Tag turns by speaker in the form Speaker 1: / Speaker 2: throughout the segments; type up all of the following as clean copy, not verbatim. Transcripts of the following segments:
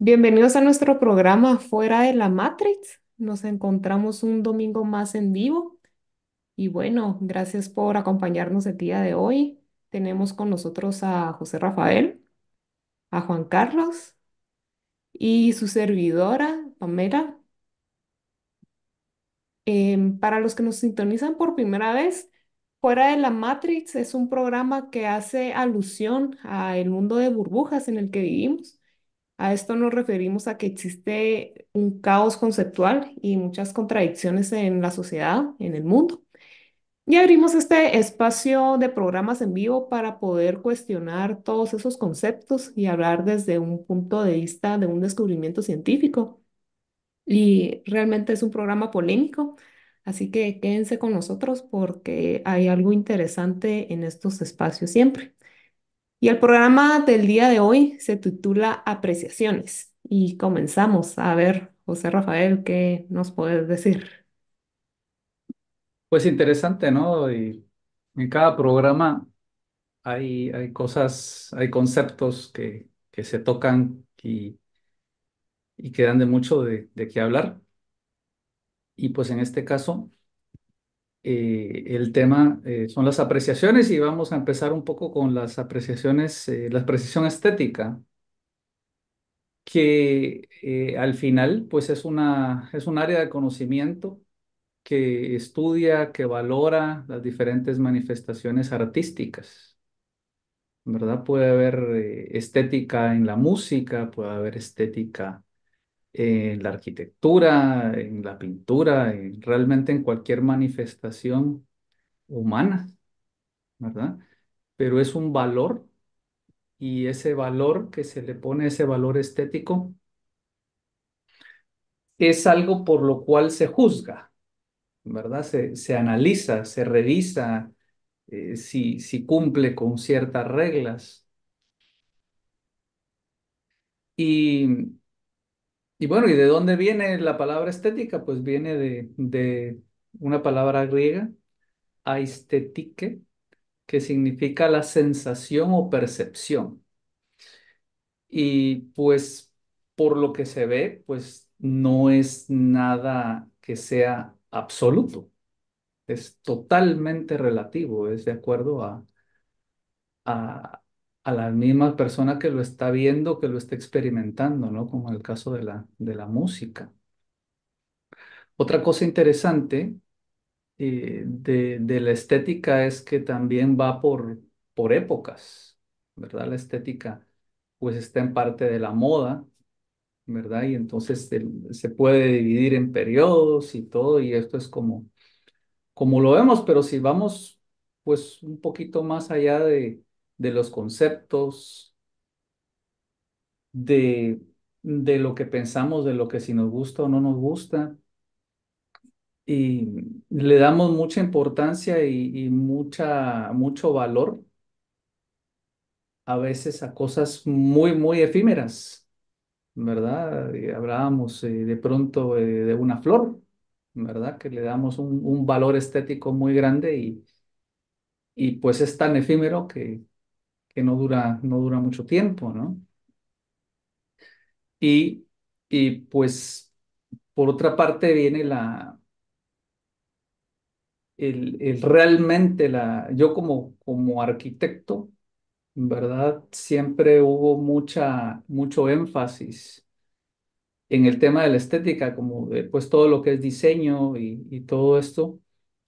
Speaker 1: Bienvenidos a nuestro programa Fuera de la Matrix. Nos encontramos un domingo más en vivo y bueno, gracias por acompañarnos el día de hoy. Tenemos con nosotros a José Rafael, a Juan Carlos y su servidora, Pamela. Para los que nos sintonizan por primera vez, Fuera de la Matrix es un programa que hace alusión al mundo de burbujas en el que vivimos. A esto nos referimos a que existe un caos conceptual y muchas contradicciones en la sociedad, en el mundo. Y abrimos este espacio de programas en vivo para poder cuestionar todos esos conceptos y hablar desde un punto de vista de un descubrimiento científico. Y realmente es un programa polémico, así que quédense con nosotros porque hay algo interesante en estos espacios siempre. Y el programa del día de hoy se titula Apreciaciones. Y comenzamos a ver, José Rafael, ¿qué nos puedes decir?
Speaker 2: Pues interesante, ¿no? Y en cada programa hay cosas, hay conceptos que se tocan y que dan de mucho de qué hablar. Y pues en este caso, el tema son las apreciaciones y vamos a empezar un poco con las apreciaciones, la apreciación estética, que al final pues es un área de conocimiento que estudia, que valora las diferentes manifestaciones artísticas. ¿Verdad? Puede haber estética en la música, puede haber estética en la arquitectura, en la pintura, realmente en cualquier manifestación humana, ¿verdad? Pero es un valor y ese valor que se le pone, ese valor estético, es algo por lo cual se juzga, ¿verdad? Se analiza, se revisa si cumple con ciertas reglas. Y Y bueno, ¿y de dónde viene la palabra estética? Pues viene de una palabra griega, aesthetique, que significa la sensación o percepción. Y pues por lo que se ve, pues no es nada que sea absoluto, es totalmente relativo, es de acuerdo a, a la misma persona que lo está viendo, que lo está experimentando, ¿no? Como en el caso de la música. Otra cosa interesante de la estética es que también va por épocas, ¿verdad? La estética pues está en parte de la moda, ¿verdad? Y entonces se puede dividir en periodos y todo, y esto es como lo vemos, pero si vamos pues un poquito más allá de los conceptos, de, de lo que pensamos, de lo que si nos gusta o no nos gusta. Y le damos mucha importancia y mucho valor a veces a cosas muy efímeras, ¿verdad? Hablábamos de pronto de una flor, ¿verdad? Que le damos un valor estético muy grande y pues es tan efímero que no dura mucho tiempo, ¿no? Y, y pues por otra parte viene realmente yo como arquitecto, ¿verdad? Siempre hubo mucho énfasis en el tema de la estética, como pues todo lo que es diseño y todo esto.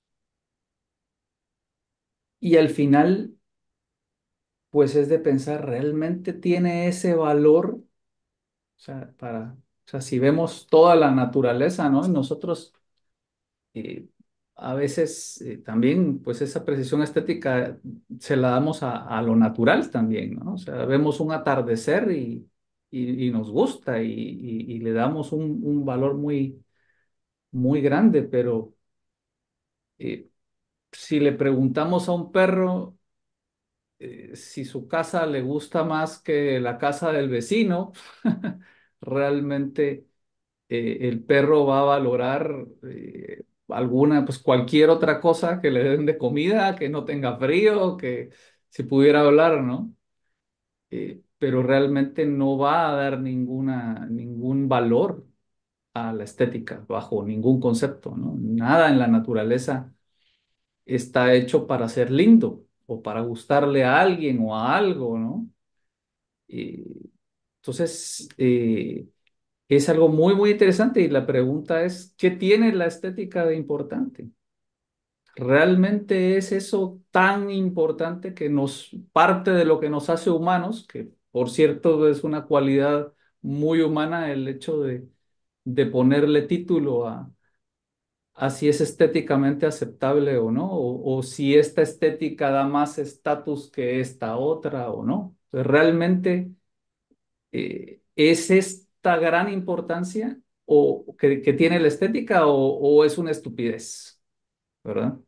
Speaker 2: Y al final, pues es de pensar, ¿realmente tiene ese valor? O sea, o sea, si vemos toda la naturaleza, ¿no? Y nosotros eh, a veces también, pues esa precisión estética se la damos a lo natural también, ¿no? O sea, vemos un atardecer y nos gusta y le damos un valor muy grande, pero eh, si le preguntamos a un perro si su casa le gusta más que la casa del vecino, realmente el perro va a valorar pues cualquier otra cosa que le den de comida, que no tenga frío, que si pudiera hablar, ¿no? pero realmente no va a dar ningún valor a la estética bajo ningún concepto, ¿no? Nada en la naturaleza está hecho para ser lindo o para gustarle a alguien o a algo, ¿no? Y entonces, es algo muy, muy interesante y la pregunta es, ¿qué tiene la estética de importante? ¿Realmente es eso tan importante que nos parte de lo que nos hace humanos? Que por cierto es una cualidad muy humana el hecho de ponerle título a si es estéticamente aceptable o no, o si esta estética da más estatus que esta otra o no. Entonces, realmente ¿es esta gran importancia o que tiene la estética o es una estupidez? ¿Verdad?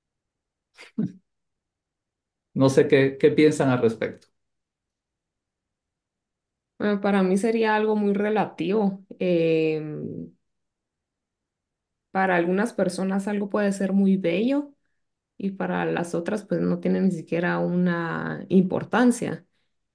Speaker 2: No sé qué piensan al respecto.
Speaker 1: Bueno, para mí sería algo muy relativo. Para algunas personas algo puede ser muy bello y para las otras pues no tiene ni siquiera una importancia.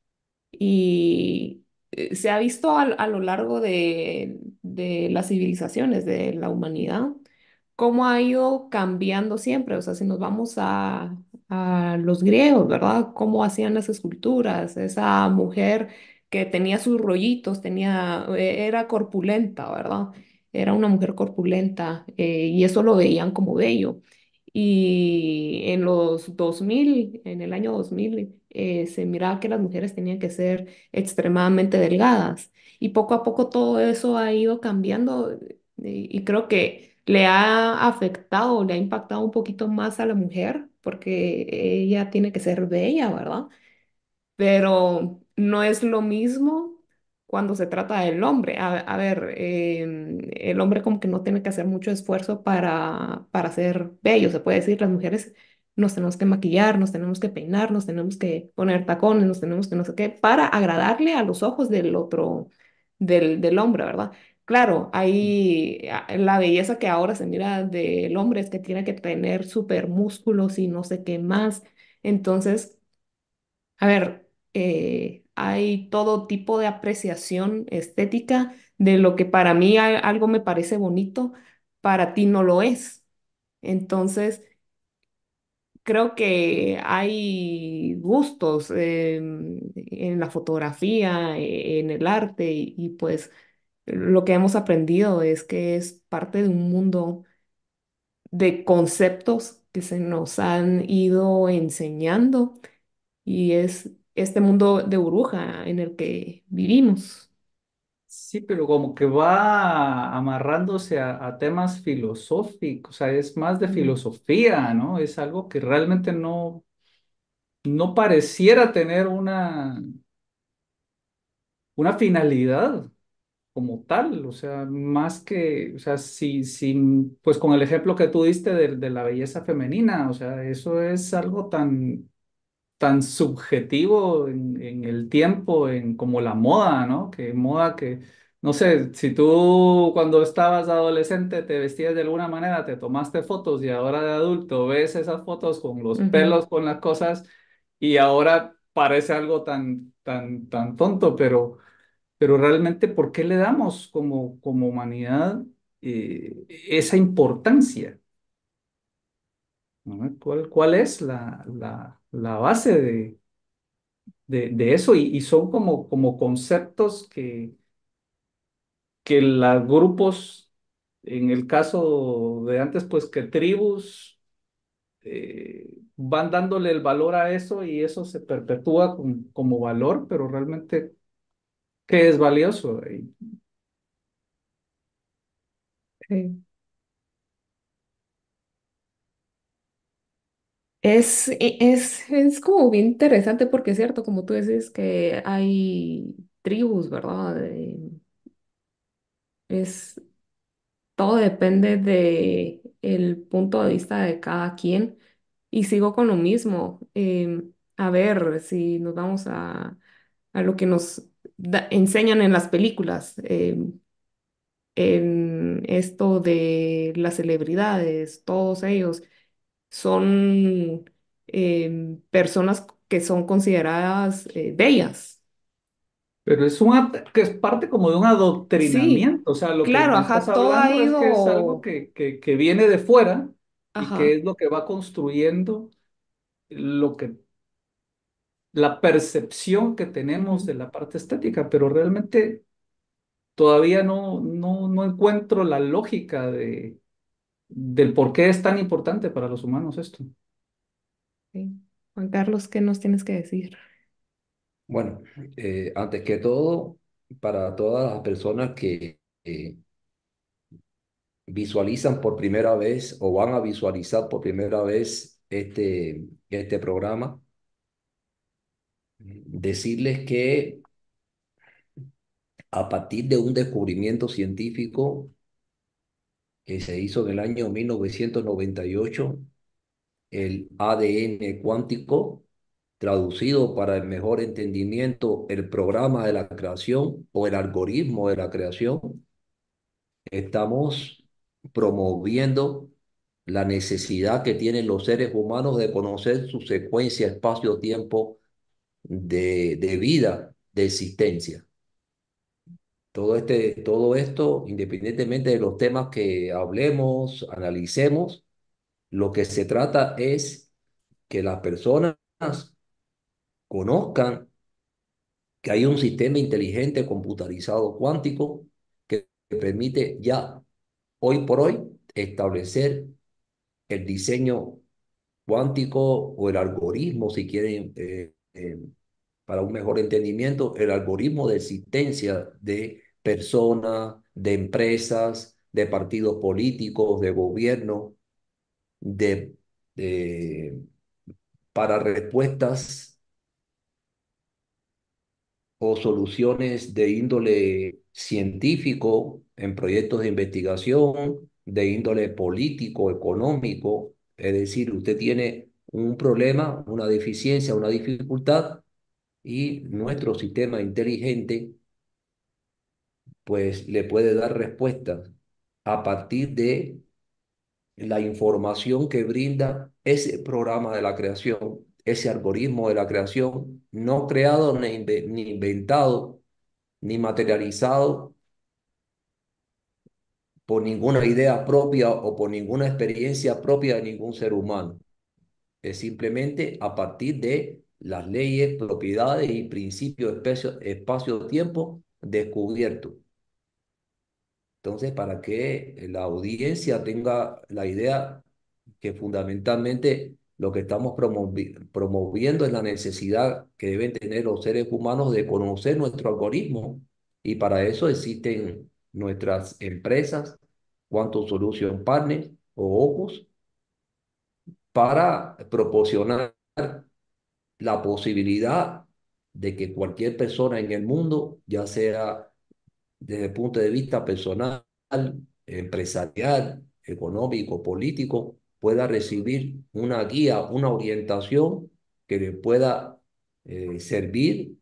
Speaker 1: Y se ha visto a lo largo de las civilizaciones, de la humanidad, cómo ha ido cambiando siempre. O sea, si nos vamos a los griegos, ¿verdad? Cómo hacían las esculturas, esa mujer que tenía sus rollitos, era corpulenta, ¿verdad? Era una mujer corpulenta, y eso lo veían como bello. Y en los 2000, en el año 2000, se miraba que las mujeres tenían que ser extremadamente delgadas. Y poco a poco todo eso ha ido cambiando, y creo que le ha afectado, le ha impactado un poquito más a la mujer porque ella tiene que ser bella, ¿verdad? Pero no es lo mismo cuando se trata del hombre. A ver, el hombre como que no tiene que hacer mucho esfuerzo para ser bello, se puede decir. Las mujeres nos tenemos que maquillar, nos tenemos que peinar, nos tenemos que poner tacones, nos tenemos que no sé qué, para agradarle a los ojos del otro, del hombre, ¿verdad? Claro, hay la belleza que ahora se mira del hombre es que tiene que tener súper músculos y no sé qué más. Entonces, a ver, hay todo tipo de apreciación estética de lo que para mí algo me parece bonito, para ti no lo es. Entonces, creo que hay gustos en la fotografía, en el arte, y pues lo que hemos aprendido es que es parte de un mundo de conceptos que se nos han ido enseñando y es este mundo de burbuja en el que vivimos.
Speaker 2: Sí, pero como que va amarrándose a temas filosóficos, o sea, es más de
Speaker 1: Mm.
Speaker 2: filosofía, ¿no? Es algo que realmente no pareciera tener una finalidad como tal, o sea, más que, o sea, si, pues con el ejemplo que tú diste de la belleza femenina, o sea, eso es algo tan subjetivo en el tiempo, en como la moda, ¿no? Que moda que, no sé, si tú cuando estabas adolescente te vestías de alguna manera, te tomaste fotos y ahora de adulto ves esas fotos con los
Speaker 1: Ujú.
Speaker 2: pelos, con las cosas y ahora parece algo tan tonto, pero realmente, ¿por qué le damos como humanidad esa importancia? ¿No? ¿Cuál es la base de eso? Y son como conceptos que los grupos, en el caso de antes, pues que tribus van dándole el valor a eso y eso se perpetúa como valor, pero realmente, ¿qué es valioso?
Speaker 1: Sí. Es como bien interesante porque es cierto, como tú dices, que hay tribus, ¿verdad? Es, todo depende de el punto de vista de cada quien. Y sigo con lo mismo. A ver, si nos vamos a lo que nos enseñan en las películas, en esto de las celebridades, todos ellos son personas que son consideradas bellas.
Speaker 2: Pero que es parte como de un
Speaker 1: Sí,
Speaker 2: adoctrinamiento. O sea, lo que
Speaker 1: claro,
Speaker 2: me estás
Speaker 1: ajá, todo ha
Speaker 2: hablando es que es algo
Speaker 1: ido,
Speaker 2: que viene de fuera y que
Speaker 1: ajá.
Speaker 2: es lo que va construyendo lo que, la percepción que tenemos
Speaker 1: Ujú,
Speaker 2: de la parte estética, pero realmente todavía no encuentro la lógica del por qué es tan importante para los humanos esto.
Speaker 1: sí. Juan Carlos, ¿qué nos tienes que decir?
Speaker 3: Bueno, antes que todo, para todas las personas que visualizan por primera vez o van a visualizar por primera vez este programa, decirles que a partir de un descubrimiento científico que se hizo en el año 1998, el ADN cuántico, traducido para el mejor entendimiento, el programa de la creación o el algoritmo de la creación, estamos promoviendo la necesidad que tienen los seres humanos de conocer su secuencia espacio-tiempo de vida, de existencia. Todo esto, independientemente de los temas que hablemos, analicemos, lo que se trata es que las personas conozcan que hay un sistema inteligente computarizado cuántico que permite ya hoy por hoy establecer el diseño cuántico o el algoritmo, si quieren, para un mejor entendimiento, el algoritmo de existencia de personas, de empresas, de partidos políticos, de gobierno, de, de- para respuestas o soluciones de índole científico en proyectos de investigación, de índole político, económico. Es decir, usted tiene un problema, una deficiencia, una dificultad y nuestro sistema inteligente pues le puede dar respuestas a partir de la información que brinda ese programa de la creación, ese algoritmo de la creación, no creado ni inventado ni materializado por ninguna idea propia o por ninguna experiencia propia de ningún ser humano. Es simplemente a partir de las leyes, propiedades y principios espacio-tiempo descubiertos. Entonces, para que la audiencia tenga la idea que fundamentalmente lo que estamos promoviendo es la necesidad que deben tener los seres humanos de conocer nuestro algoritmo. Y para eso existen nuestras empresas, Quantum Solution Partners o Opus, para proporcionar la posibilidad de que cualquier persona en el mundo, ya sea desde el punto de vista personal, empresarial, económico, político, pueda recibir una guía, una orientación que le pueda servir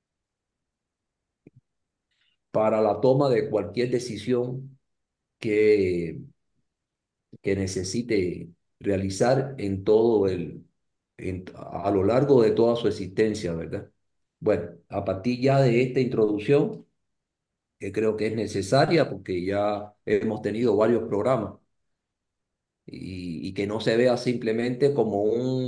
Speaker 3: para la toma de cualquier decisión que, que necesite realizar en a lo largo de toda su existencia, ¿verdad? Bueno, a partir ya de esta introducción, que creo que es necesaria porque ya hemos tenido varios programas y que no se vea simplemente como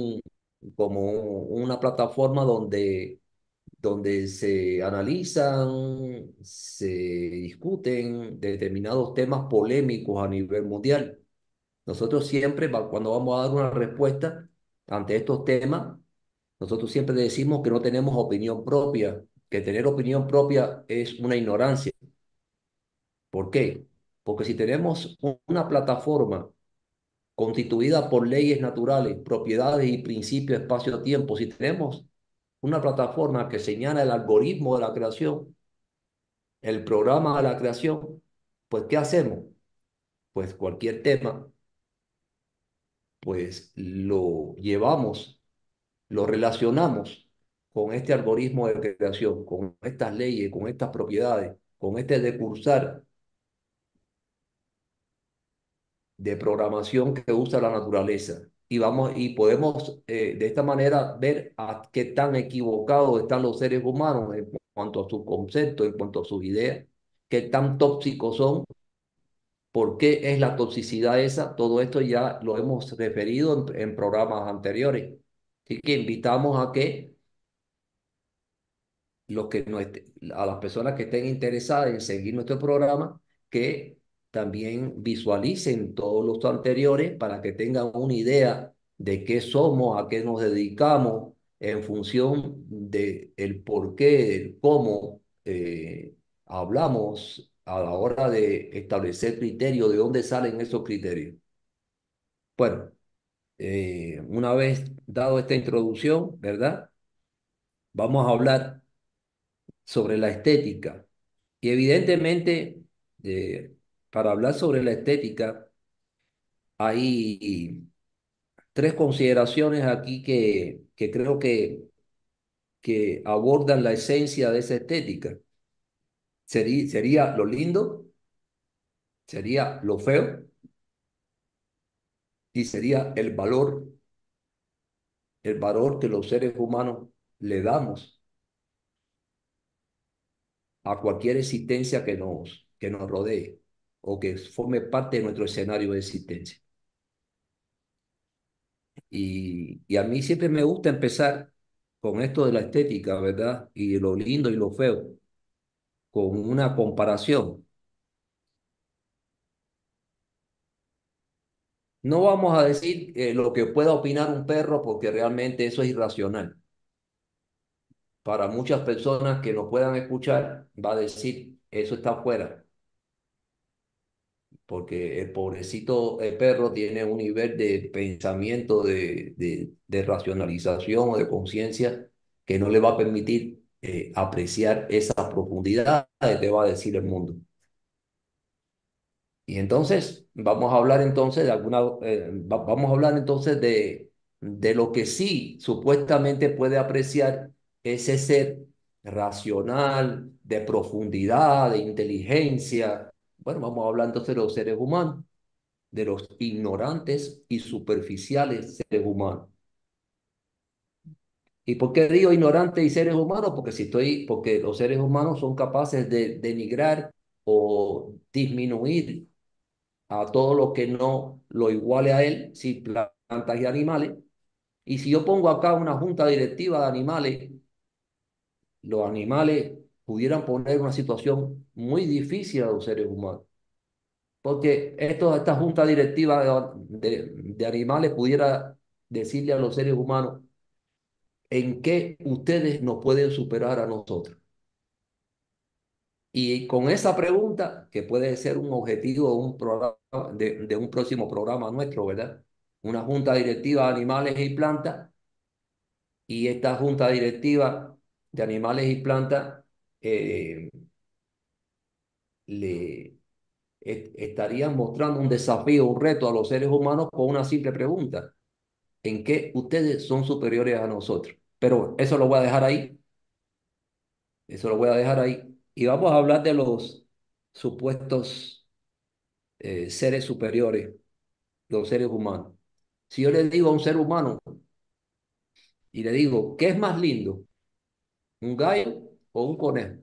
Speaker 3: una plataforma donde se analizan, se discuten determinados temas polémicos a nivel mundial. Nosotros siempre, cuando vamos a dar una respuesta ante estos temas, nosotros siempre decimos que no tenemos opinión propia, que tener opinión propia es una ignorancia. ¿Por qué? Porque si tenemos una plataforma constituida por leyes naturales, propiedades y principios espacio-tiempo, si tenemos una plataforma que señala el algoritmo de la creación, el programa de la creación, pues ¿qué hacemos? Pues cualquier tema, pues lo llevamos, lo relacionamos con este algoritmo de creación, con estas leyes, con estas propiedades, con este decursar de programación que usa la naturaleza. Y podemos de esta manera ver a qué tan equivocados están los seres humanos cuanto a sus conceptos, en cuanto a sus ideas, qué tan tóxicos son, por qué es la toxicidad esa, todo esto ya lo hemos referido en programas anteriores. Así que invitamos a que a las personas que estén interesadas en seguir nuestro programa, que también visualicen todos los anteriores para que tengan una idea de qué somos, a qué nos dedicamos, en función de el por qué, el cómo hablamos a la hora de establecer criterios, de dónde salen esos criterios. Bueno, una vez dado esta introducción, ¿verdad? Vamos a hablar sobre la estética. Y evidentemente, para hablar sobre la estética, hay tres consideraciones aquí que creo que abordan la esencia de esa estética. Sería lo lindo, sería lo feo y sería el valor que los seres humanos le damos a cualquier existencia que nos rodee o que forme parte de nuestro escenario de existencia. Y a mí siempre me gusta empezar con esto de la estética, ¿verdad? Y lo lindo y lo feo, con una comparación. No vamos a decir lo que pueda opinar un perro porque realmente eso es irracional. Para muchas personas que nos puedan escuchar, va a decir, eso está afuera, porque el pobrecito perro tiene un nivel de pensamiento, de racionalización o de conciencia que no le va a permitir apreciar esa profundidad que te va a decir el mundo. Y entonces vamos a hablar entonces vamos a hablar entonces de lo que sí supuestamente puede apreciar ese ser racional, de profundidad, de inteligencia. Bueno, vamos a hablar entonces de los seres humanos, de los ignorantes y superficiales seres humanos. ¿Y por qué digo ignorantes y seres humanos? Porque los seres humanos son capaces de denigrar o disminuir a todo lo que no lo iguale a él, sí, plantas y animales. Y si yo pongo acá una junta directiva de animales, los animales pudieran poner una situación muy difícil a los seres humanos. Porque esta junta directiva de animales pudiera decirle a los seres humanos en qué ustedes nos pueden superar a nosotros. Y con esa pregunta, que puede ser un objetivo de un programa, de un próximo programa nuestro, ¿verdad? Una junta directiva de animales y plantas, y esta junta directiva de animales y plantas eh, le estarían mostrando un desafío, un reto a los seres humanos con una simple pregunta: ¿en qué ustedes son superiores a nosotros? Pero eso lo voy a dejar ahí, eso lo voy a dejar ahí. Y vamos a hablar de los supuestos seres superiores, los seres humanos. Si yo le digo a un ser humano y le digo, ¿qué es más lindo? ¿Un gallo o un conejo?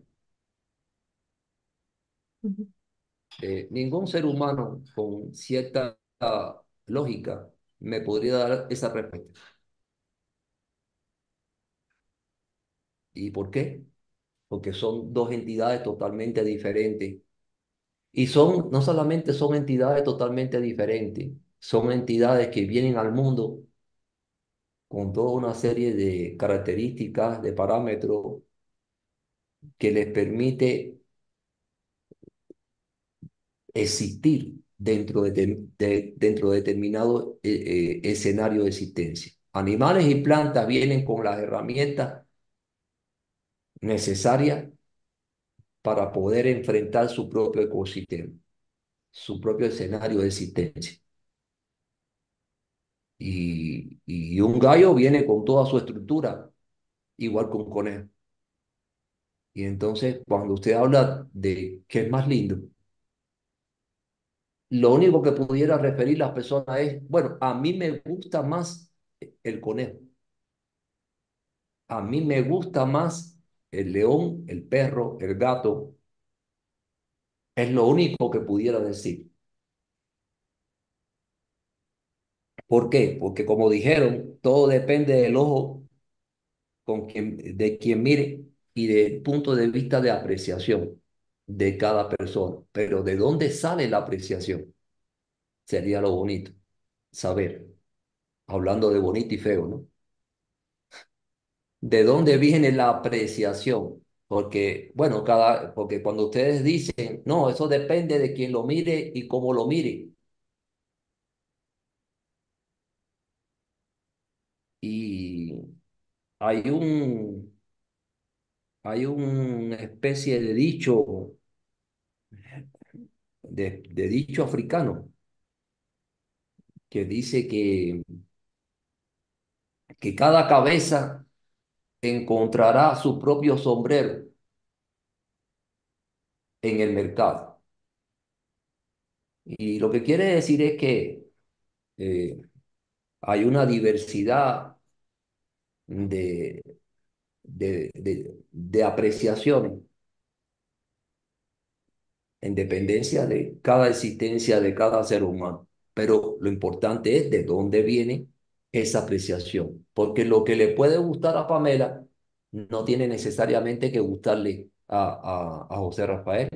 Speaker 1: Ujú.
Speaker 3: Ningún ser humano con cierta lógica me podría dar esa respuesta. ¿Y por qué? Porque son dos entidades totalmente diferentes. Y no solamente son entidades totalmente diferentes, son entidades que vienen al mundo con toda una serie de características, de parámetros que les permite existir dentro de determinado escenario de existencia. Animales y plantas vienen con las herramientas necesarias para poder enfrentar su propio ecosistema, su propio escenario de existencia. Y un gallo viene con toda su estructura, igual que un conejo. Y entonces, cuando usted habla de qué es más lindo, lo único que pudiera referir las personas es, bueno, a mí me gusta más el conejo. A mí me gusta más el león, el perro, el gato, es lo único que pudiera decir. ¿Por qué? Porque como dijeron, todo depende del ojo de quien mire y del punto de vista de apreciación de cada persona. Pero ¿de dónde sale la apreciación? Sería lo bonito, saber, hablando de bonito y feo, ¿no? ¿De dónde viene la apreciación? Porque, bueno, porque cuando ustedes dicen, no, eso depende de quien lo mire y cómo lo mire. Y hay hay una especie de dicho, de dicho africano que dice que cada cabeza encontrará su propio sombrero en el mercado. Y lo que quiere decir es que eh, hay una diversidad de, de apreciaciones en dependencia de cada existencia de cada ser humano. Pero lo importante es de dónde viene esa apreciación. Porque lo que le puede gustar a Pamela no tiene necesariamente que gustarle a José Rafael.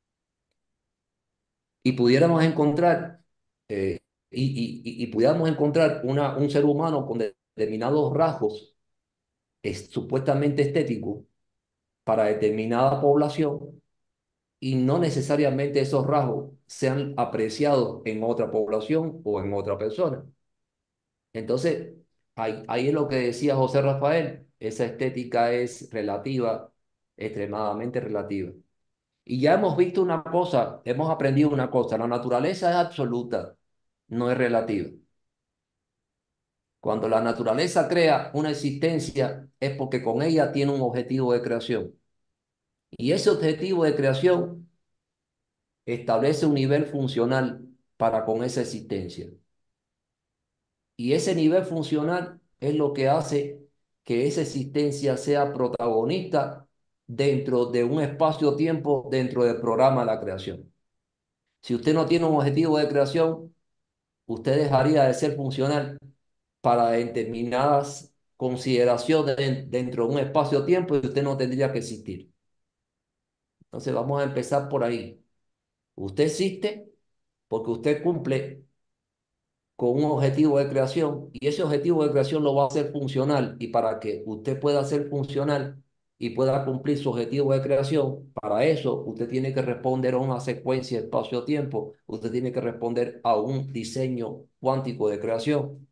Speaker 3: Y pudiéramos encontrar, eh, y pudiéramos encontrar un ser humano con determinados rasgos supuestamente estéticos para determinada población y no necesariamente esos rasgos sean apreciados en otra población o en otra persona. Entonces, ahí es lo que decía José Rafael, esa estética es relativa, extremadamente relativa. Y ya hemos visto una cosa, hemos aprendido una cosa, la naturaleza es absoluta, no es relativa. Cuando la naturaleza crea una existencia es porque con ella tiene un objetivo de creación. Y ese objetivo de creación establece un nivel funcional para con esa existencia. Y ese nivel funcional es lo que hace que esa existencia sea protagonista dentro de un espacio-tiempo dentro del programa de la creación. Si usted no tiene un objetivo de creación, usted dejaría de ser funcional para determinadas consideraciones dentro de un espacio-tiempo y usted no tendría que existir. Entonces vamos a empezar por ahí. Usted existe porque usted cumple con un objetivo de creación y ese objetivo de creación lo va a hacer funcional y para que usted pueda ser funcional y pueda cumplir su objetivo de creación, para eso usted tiene que responder a una secuencia espacio-tiempo, usted tiene que responder a un diseño cuántico de creación.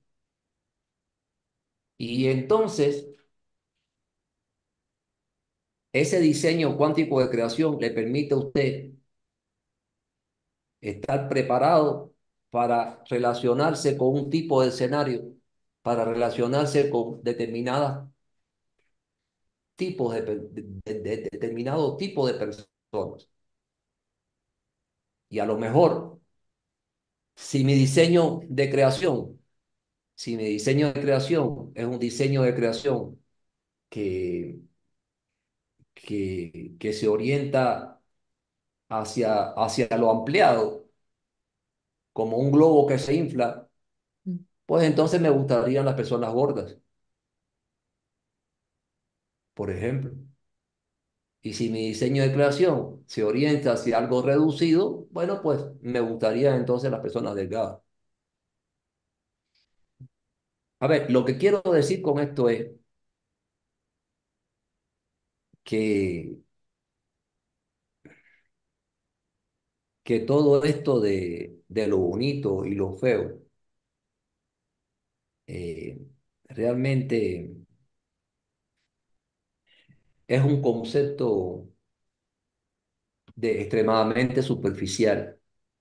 Speaker 3: Y entonces, ese diseño cuántico de creación le permite a usted estar preparado para relacionarse con un tipo de escenario, para relacionarse con determinado tipo de personas. Y a lo mejor, si mi diseño de creación, si mi diseño de creación es un diseño de creación que, que se orienta hacia lo ampliado, como un globo que se infla,
Speaker 1: Mm.
Speaker 3: pues entonces me gustarían las personas gordas, por ejemplo. Y si mi diseño de creación se orienta hacia algo reducido, bueno, pues me gustaría entonces las personas delgadas. A ver, lo que quiero decir con esto es que, que todo esto de lo bonito y lo feo eh, realmente es un concepto extremadamente superficial,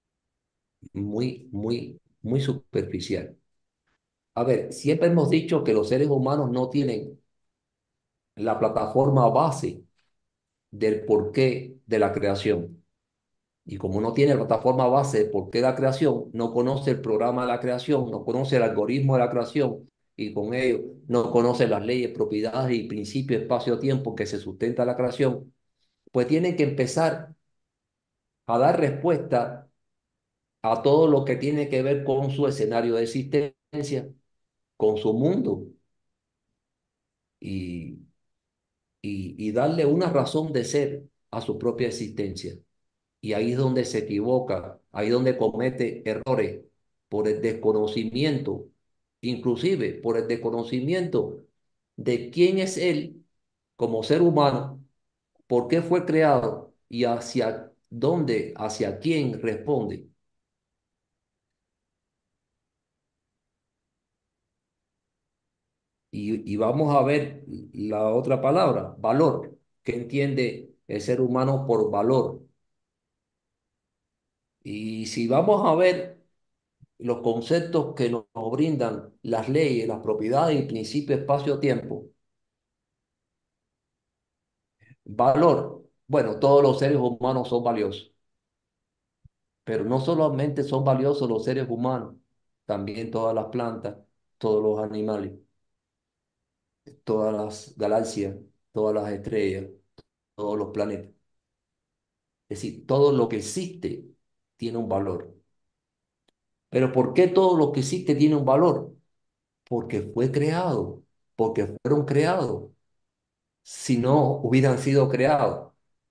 Speaker 3: muy superficial. A ver, siempre hemos dicho que los seres humanos no tienen la plataforma base del porqué de la creación. Y como no tiene plataforma base del porqué de la creación, no conoce el programa de la creación, no conoce el algoritmo de la creación, y con ello no conoce las leyes, propiedades y principios espacio-tiempo que se sustenta la creación, pues tienen que empezar a dar respuesta a todo lo que tiene que ver con su escenario de existencia, con su mundo y, y darle una razón de ser a su propia existencia. Y ahí es donde se equivoca, ahí es donde comete errores por el desconocimiento, inclusive por el desconocimiento de quién es él como ser humano, por qué fue creado y hacia dónde, hacia quién responde. Y vamos a ver la otra palabra, valor. ¿Qué entiende el ser humano por valor? Y si vamos a ver los conceptos que nos brindan las leyes, las propiedades y principios espacio-tiempo. Valor. Bueno, todos los seres humanos son valiosos, pero no solamente son valiosos los seres humanos, también todas las plantas, todos los animales, todas las galaxias, todas las estrellas, todos los planetas. Es decir, todo lo que existe tiene un valor. Pero ¿por qué todo lo que existe tiene un valor? Porque fue creado, porque fueron creados. Si no hubieran sido creados,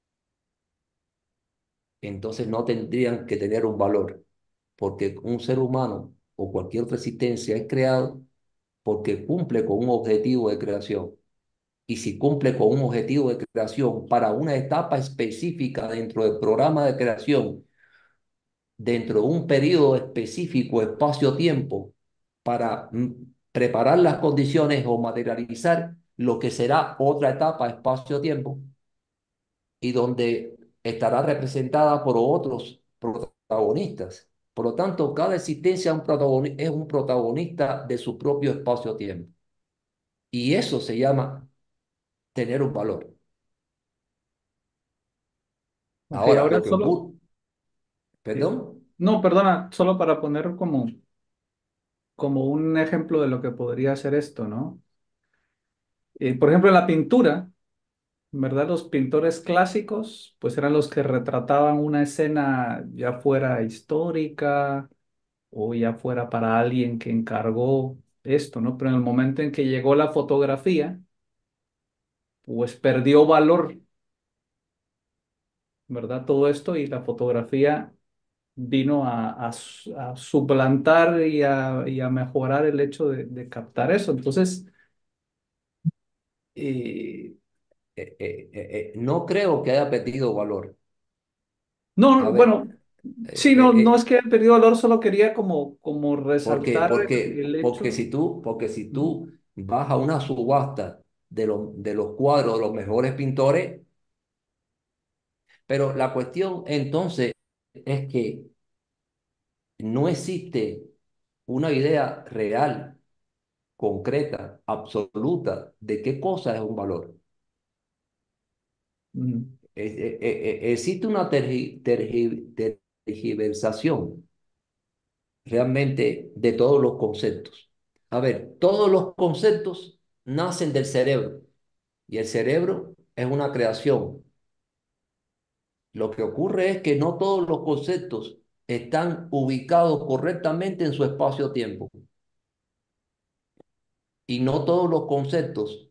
Speaker 3: entonces no tendrían que tener un valor, porque un ser humano o cualquier otra existencia es creado porque cumple con un objetivo de creación. Y si cumple con un objetivo de creación para una etapa específica dentro del programa de creación, dentro de un periodo específico, espacio-tiempo, para preparar las condiciones o materializar lo que será otra etapa espacio-tiempo, y donde estará representada por otros protagonistas. Por lo tanto, cada existencia es un protagonista de su propio espacio-tiempo. Y eso se llama tener un valor.
Speaker 2: Ok,
Speaker 3: Ahora,
Speaker 2: ahora
Speaker 3: lo que
Speaker 2: solo,
Speaker 3: ocurre,
Speaker 2: eh,
Speaker 3: perdón,
Speaker 2: no, perdona, solo para poner como un ejemplo de lo que podría ser esto, ¿no? Por ejemplo, en la pintura, ¿verdad? Los pintores clásicos, pues eran los que retrataban una escena ya fuera histórica o ya fuera para alguien que encargó esto, ¿no? Pero en el momento en que llegó la fotografía, pues perdió valor, ¿verdad? Todo esto y la fotografía vino a suplantar y a mejorar el hecho de captar eso. Entonces, eh,
Speaker 3: no creo que haya perdido valor. A
Speaker 2: no,
Speaker 3: ver,
Speaker 2: bueno, sí,
Speaker 3: eh,
Speaker 2: no,
Speaker 3: eh,
Speaker 2: no es
Speaker 3: eh,
Speaker 2: que haya perdido valor, solo quería como
Speaker 3: ¿por qué?
Speaker 2: resaltar el hecho.
Speaker 3: Porque si
Speaker 2: ¿Mm?
Speaker 3: tú vas a una subasta de los cuadros de los mejores pintores, pero la cuestión entonces es que no existe una idea real, concreta, absoluta de qué cosa es un valor.
Speaker 2: Mm.
Speaker 3: Existe una tergiversación realmente de todos los conceptos. A ver, todos los conceptos nacen del cerebro y el cerebro es una creación. Lo que ocurre es que no todos los conceptos están ubicados correctamente en su espacio-tiempo y no todos los conceptos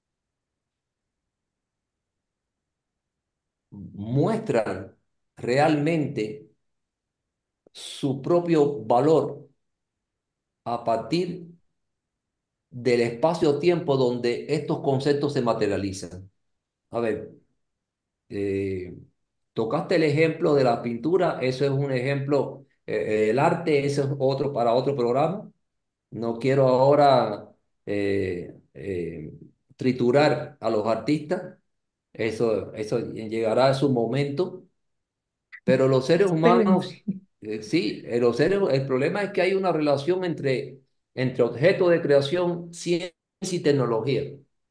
Speaker 3: muestran realmente su propio valor a partir del espacio-tiempo donde estos conceptos se materializan. A ver, eh, tocaste el ejemplo de la pintura, eso es un ejemplo, el arte, eso es otro para otro programa. No quiero ahora triturar a los artistas, eso llegará a su momento, pero los seres
Speaker 1: Excelente.
Speaker 3: humanos, sí, el problema es que hay una relación entre objeto de creación, ciencia y tecnología.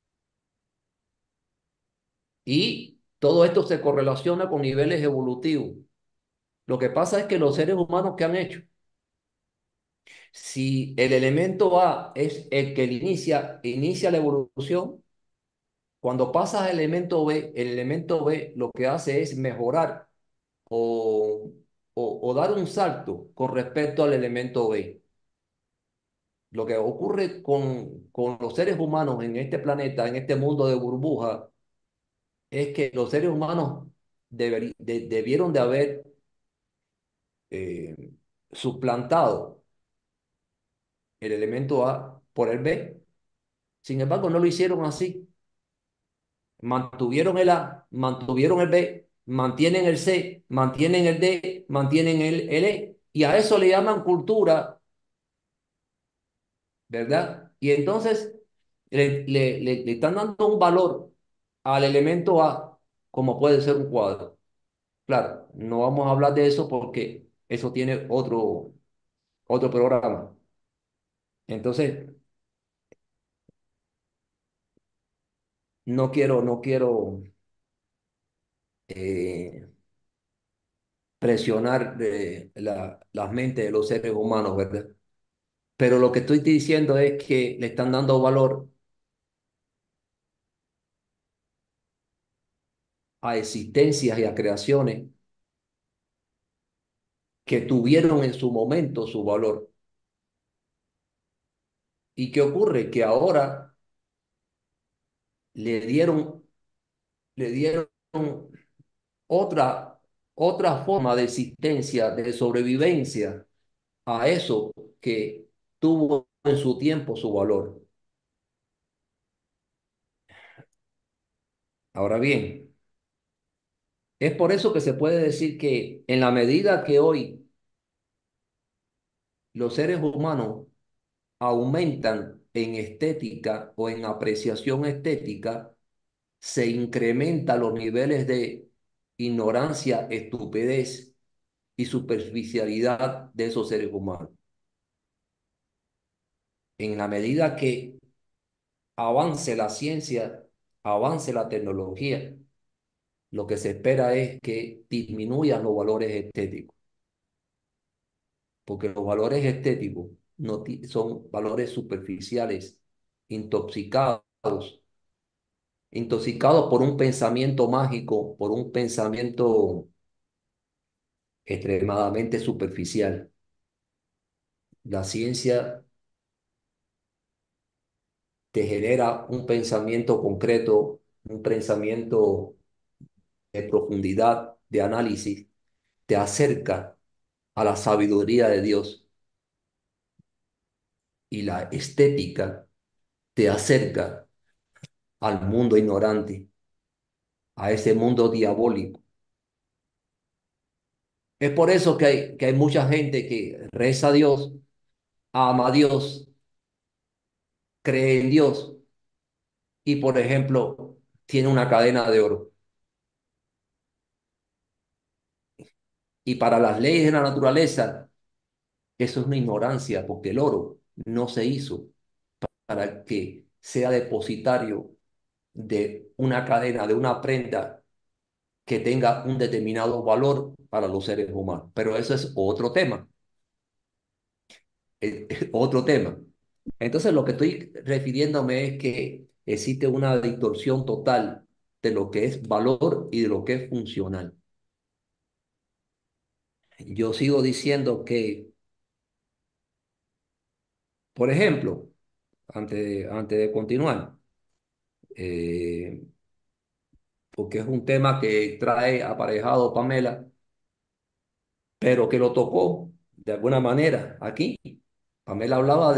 Speaker 3: Y todo esto se correlaciona con niveles evolutivos. Lo que pasa es que los seres humanos, ¿qué han hecho? Si el elemento A es el que inicia la evolución, cuando pasas al elemento B, el elemento B lo que hace es mejorar o, o dar un salto con respecto al elemento B. Lo que ocurre con los seres humanos en este planeta, en este mundo de burbuja, es que los seres humanos debieron de haber eh, suplantado el elemento A por el B. Sin embargo, no lo hicieron así. Mantuvieron el A, mantuvieron el B, mantienen el C, mantienen el D, mantienen el E. Y a eso le llaman cultura, ¿verdad? Y entonces le están dando un valor al elemento A, como puede ser un cuadro. Claro, no vamos a hablar de eso porque eso tiene otro programa. Entonces, no quiero eh, presionar las mentes de los seres humanos, ¿verdad? Pero lo que estoy diciendo es que le están dando valor a existencias y a creaciones que tuvieron en su momento su valor. ¿Y qué ocurre? Que ahora le dieron, le dieron otra, otra forma de existencia, de sobrevivencia a eso que tuvo en su tiempo su valor. Ahora bien, es por eso que se puede decir que en la medida que hoy los seres humanos aumentan en estética o en apreciación estética, se incrementan los niveles de ignorancia, estupidez y superficialidad de esos seres humanos. En la medida que avance la ciencia, avance la tecnología, lo que se espera es que disminuyan los valores estéticos, porque los valores estéticos son valores superficiales, intoxicados, intoxicados por un pensamiento mágico, por un pensamiento extremadamente superficial. La ciencia te genera un pensamiento concreto, un pensamiento de profundidad, de análisis, te acerca a la sabiduría de Dios, y la estética te acerca al mundo ignorante, a ese mundo diabólico. Es por eso que hay mucha gente que reza a Dios, ama a Dios, cree en Dios y, por ejemplo, tiene una cadena de oro. Y para las leyes de la naturaleza, eso es una ignorancia, porque el oro no se hizo para que sea depositario de una cadena, de una prenda que tenga un determinado valor para los seres humanos. Pero eso es otro tema, otro tema. Entonces, lo que estoy refiriéndome es que existe una distorsión total de lo que es valor y de lo que es funcional. Yo sigo diciendo que, por ejemplo, antes de continuar, eh, porque es un tema que trae aparejado Pamela, pero que lo tocó de alguna manera aquí. Pamela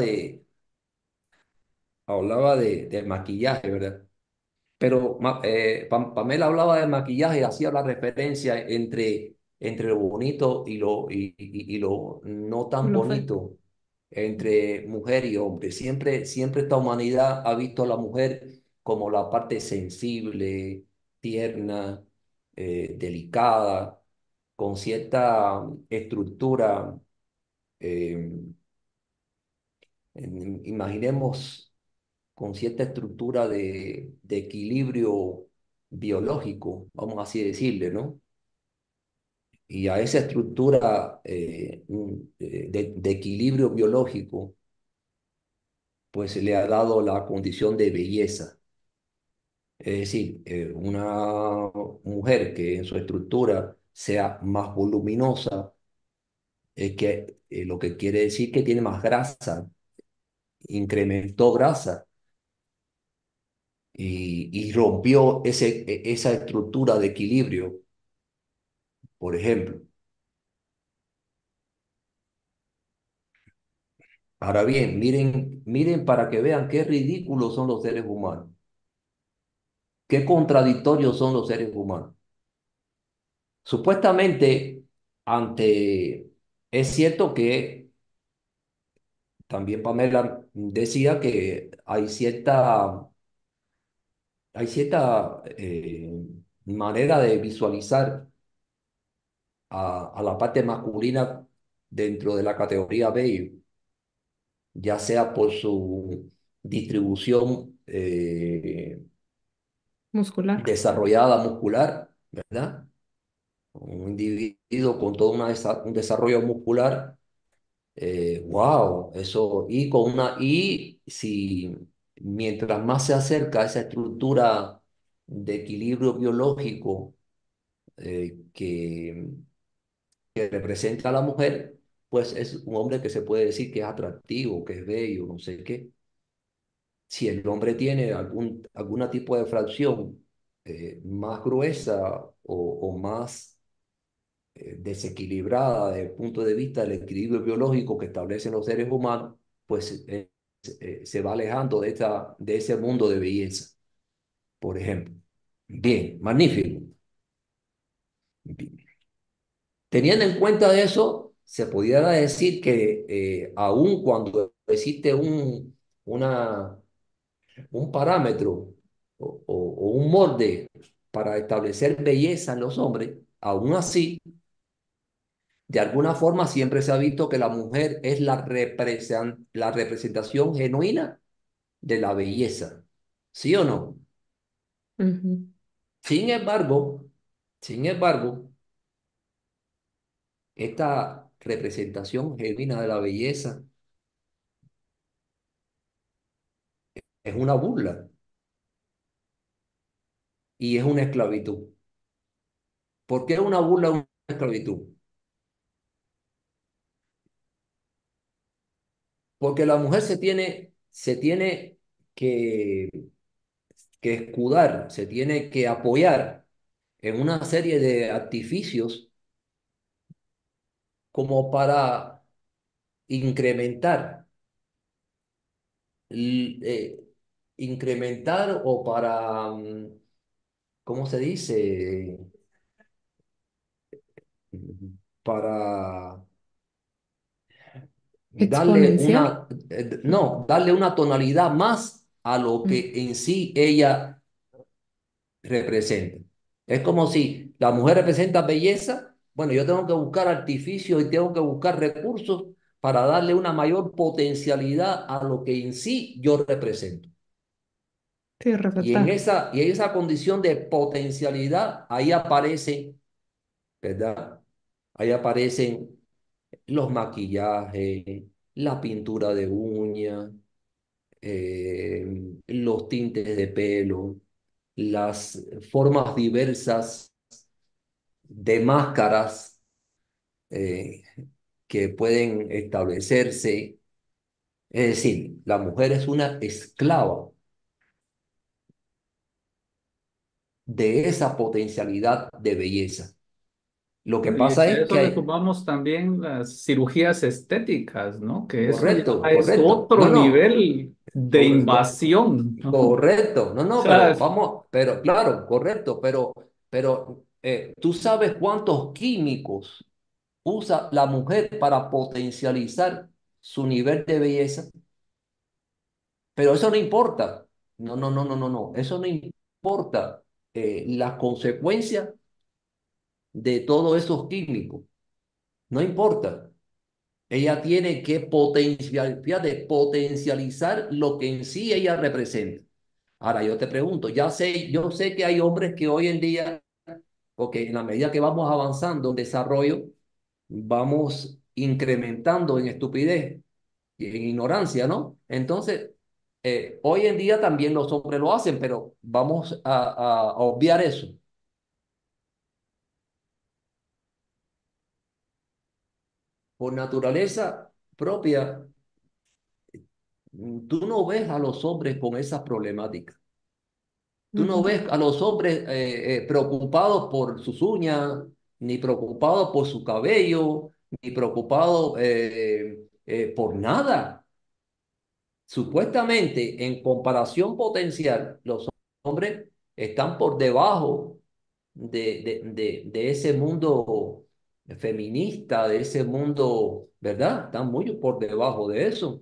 Speaker 3: del maquillaje, ¿verdad? Pero Pamela hablaba del maquillaje, hacía la referencia entre lo bonito y lo no tan
Speaker 1: No fue.
Speaker 3: bonito, entre mujer y hombre. Siempre esta humanidad ha visto a la mujer como la parte sensible, tierna, delicada, con cierta estructura. eh, Imaginemos con cierta estructura de equilibrio biológico, vamos así decirle, ¿no? y a esa estructura de equilibrio biológico, pues se le ha dado la condición de belleza. Es decir, una mujer que en su estructura sea más voluminosa, es que lo que quiere decir que tiene más grasa, incrementó grasa y rompió esa estructura de equilibrio, por ejemplo. Ahora bien, miren para que vean qué ridículos son los seres humanos, qué contradictorios son los seres humanos. Supuestamente, ante, es cierto que también Pamela decía que hay cierta manera de visualizar a la parte masculina dentro de la categoría B, ya sea por su distribución
Speaker 1: muscular.
Speaker 3: desarrollada muscular, ¿verdad? Un individuo con todo un desarrollo muscular, wow, eso, y si mientras más se acerca a esa estructura de equilibrio biológico que representa a la mujer, pues es un hombre que se puede decir que es atractivo, que es bello, no sé qué. Si el hombre tiene algún tipo de fracción más gruesa o más desequilibrada desde el punto de vista del equilibrio biológico que establecen los seres humanos, pues se va alejando de ese mundo de belleza, por ejemplo. Bien, magnífico. Bien. Teniendo en cuenta eso, se pudiera decir que aun cuando existe una, un parámetro o un molde para establecer belleza en los hombres, aún así, de alguna forma siempre se ha visto que la mujer es la representación genuina de la belleza. ¿Sí o no?
Speaker 1: Ujú.
Speaker 3: Sin embargo, sin embargo, esta representación genuina de la belleza es una burla y es una esclavitud. ¿Por qué una burla es una esclavitud? Porque la mujer se tiene que, que escudar, se tiene que apoyar en una serie de artificios como para incrementar, l- eh, incrementar o para, ¿cómo se dice? Para
Speaker 1: Exponencial.
Speaker 3: no, darle una tonalidad más a lo
Speaker 1: Mm.
Speaker 3: que en sí ella representa. Es como si la mujer representa belleza, bueno, yo tengo que buscar artificios y tengo que buscar recursos para darle una mayor potencialidad a lo que en sí yo represento.
Speaker 1: Sí, resaltar.
Speaker 3: Y en esa condición de potencialidad, ahí aparecen, ¿verdad? Ahí aparecen los maquillajes, la pintura de uñas, los tintes de pelo, las formas diversas de máscaras eh, que pueden establecerse. Es decir, la mujer es una esclava de esa potencialidad de belleza. Lo que
Speaker 2: Y
Speaker 3: pasa
Speaker 2: si a
Speaker 3: es
Speaker 2: eso
Speaker 3: que
Speaker 2: le
Speaker 3: hay,
Speaker 2: sumamos también las cirugías estéticas, ¿no? Que eso ya
Speaker 3: correcto,
Speaker 2: es
Speaker 3: correcto,
Speaker 2: otro
Speaker 3: no, no,
Speaker 2: nivel de invasión, ¿no? O
Speaker 3: correcto, no, no,
Speaker 2: sea,
Speaker 3: pero vamos, pero claro, correcto, pero tú sabes cuántos químicos usa la mujer para potencializar su nivel de belleza, pero eso no importa. No, no, no, no, no, no. Eso no importa. Las consecuencias de todos esos químicos. No importa. Ella tiene que fíjate, potencializar lo que en sí ella representa. Ahora yo te pregunto, yo sé que hay hombres que hoy en día porque en la medida que vamos avanzando en desarrollo, vamos incrementando en estupidez y en ignorancia, ¿no? Entonces, hoy en día también los hombres lo hacen, pero vamos a obviar eso. Por naturaleza propia, tú no ves a los hombres con esas problemáticas. Tú no
Speaker 1: Ujú.
Speaker 3: ves a los hombres preocupados por sus uñas, ni preocupados por su cabello, ni preocupados por nada. Supuestamente, en comparación potencial, los hombres están por debajo de ese mundo feminista, de ese mundo, ¿verdad? Están muy por debajo de eso.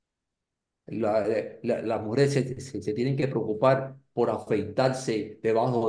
Speaker 3: Las mujeres se tienen que preocupar por afeitarse debajo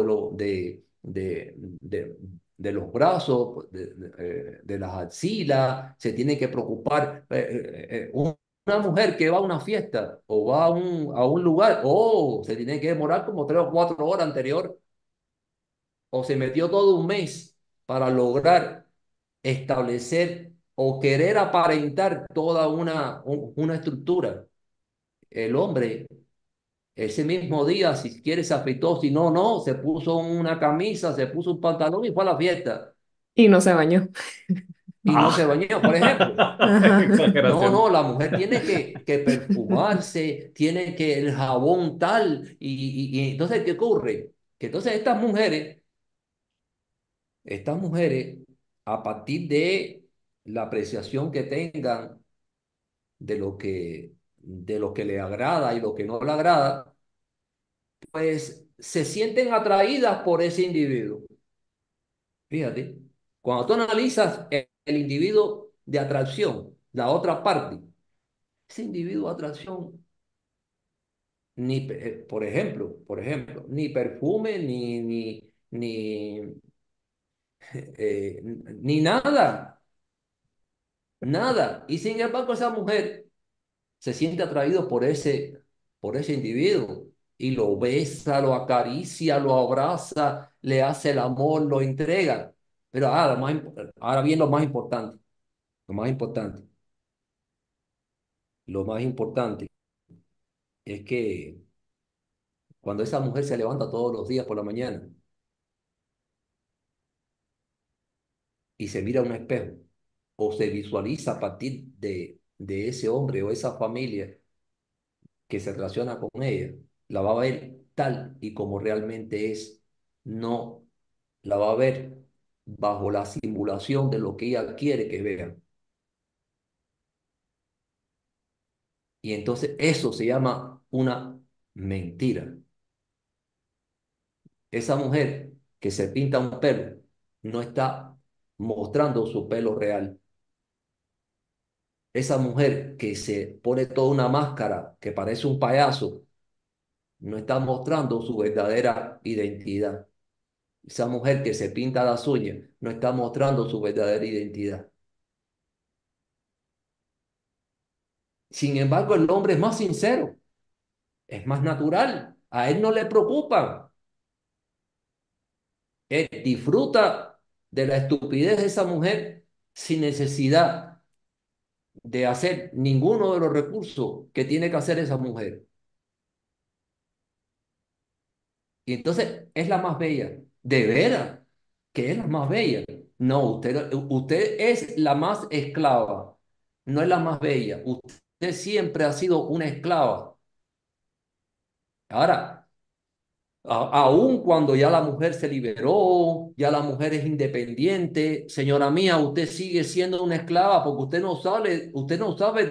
Speaker 3: de los brazos, de las axilas, se tienen que preocupar. Una mujer que va a una fiesta o va a un lugar, se tiene que demorar como 3 o 4 horas anterior, o se metió todo un mes para lograr establecer o querer aparentar toda una estructura. El hombre ese mismo día, si quiere, se afeitó, si no, no, se puso una camisa, se puso un pantalón y fue a la fiesta
Speaker 1: Y no se bañó.
Speaker 3: y no
Speaker 2: Ah,
Speaker 3: se bañó, por ejemplo.
Speaker 1: Ajá.
Speaker 3: No, no,
Speaker 2: exageración.
Speaker 3: la mujer tiene que perfumarse, tiene que el jabón tal, y entonces, ¿qué ocurre? Que entonces estas mujeres, a partir de la apreciación que tengan de lo que le agrada y lo que no le agrada, pues se sienten atraídas por ese individuo. Fíjate, cuando tú analizas el individuo de atracción, la otra parte, ese individuo de atracción, por ejemplo, ni perfume, ni nada, nada. Y sin embargo, esa mujer se siente atraído por ese individuo y lo besa, lo acaricia, lo abraza, le hace el amor, lo entrega. Pero ahora bien, lo más importante, lo más importante es que cuando esa mujer se levanta todos los días por la mañana y se mira a un espejo o se visualiza a partir de ese hombre o esa familia que se relaciona con ella, la va a ver tal y como realmente es. No la va a ver bajo la simulación de lo que ella quiere que vea. Y entonces eso se llama una mentira. Esa mujer que se pinta un pelo no está mostrando su pelo real. Esa mujer que se pone toda una máscara que parece un payaso no está mostrando su verdadera identidad. Esa mujer que se pinta las uñas no está mostrando su verdadera identidad. Sin embargo, el hombre es más sincero, es más natural. A él no le preocupan. Él disfruta de la estupidez de esa mujer sin necesidad de hacer ninguno de los recursos que tiene que hacer esa mujer. Y entonces es la más bella. De veras que es la más bella. No, usted es la más esclava. No es la más bella. Usted siempre ha sido una esclava. Ahora, aun cuando ya la mujer se liberó, ya la mujer es independiente, señora mía, usted sigue siendo una esclava porque usted no sabe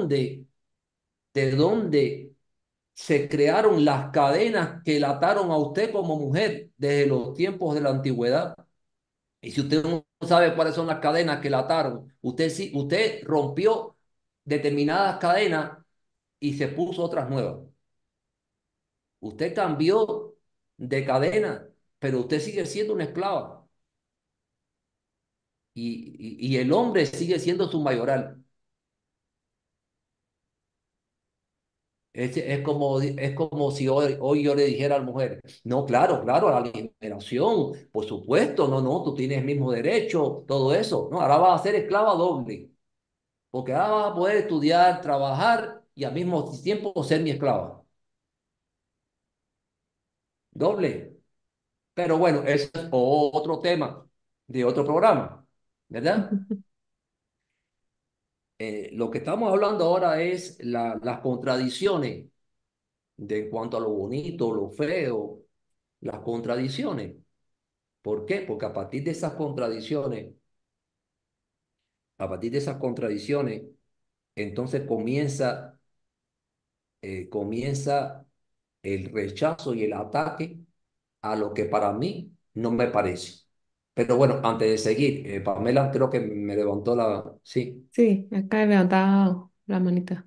Speaker 3: de dónde se crearon las cadenas que la ataron a usted como mujer desde los tiempos de la antigüedad. Y si usted no sabe cuáles son las cadenas que la ataron, usted rompió determinadas cadenas y se puso otras nuevas. Usted cambió de cadena, pero usted sigue siendo una esclava y el hombre sigue siendo su mayoral. Es como si hoy yo le dijera a la mujer, no, claro, claro, a la liberación, por supuesto, no, no, tú tienes el mismo derecho, todo eso. No, ahora vas a ser esclava doble, porque ahora vas a poder estudiar, trabajar y al mismo tiempo ser mi esclava. Doble. Pero bueno, ese es otro tema de otro programa, ¿verdad? Lo que estamos hablando ahora es las contradicciones de en cuanto a lo bonito, lo feo, las contradicciones. ¿Por qué? Porque a partir de esas contradicciones, entonces comienza el rechazo y el ataque a lo que para mí no me parece. Pero bueno, antes de seguir, Pamela creo que me levantó la... Sí.
Speaker 1: Sí, acá he levantado la manita.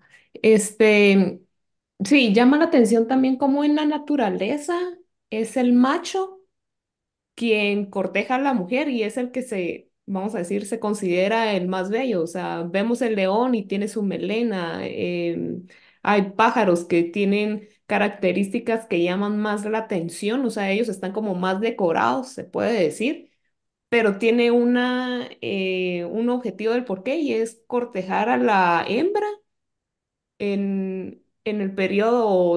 Speaker 1: Sí, llama la atención también cómo en la naturaleza es el macho quien corteja a la mujer y es el que vamos a decir, se considera el más bello. O sea, vemos el león y tiene su melena. Hay pájaros que tienen características que llaman más la atención. O sea, ellos están como más decorados, se puede decir, pero tiene un objetivo del porqué y es cortejar a la hembra en el periodo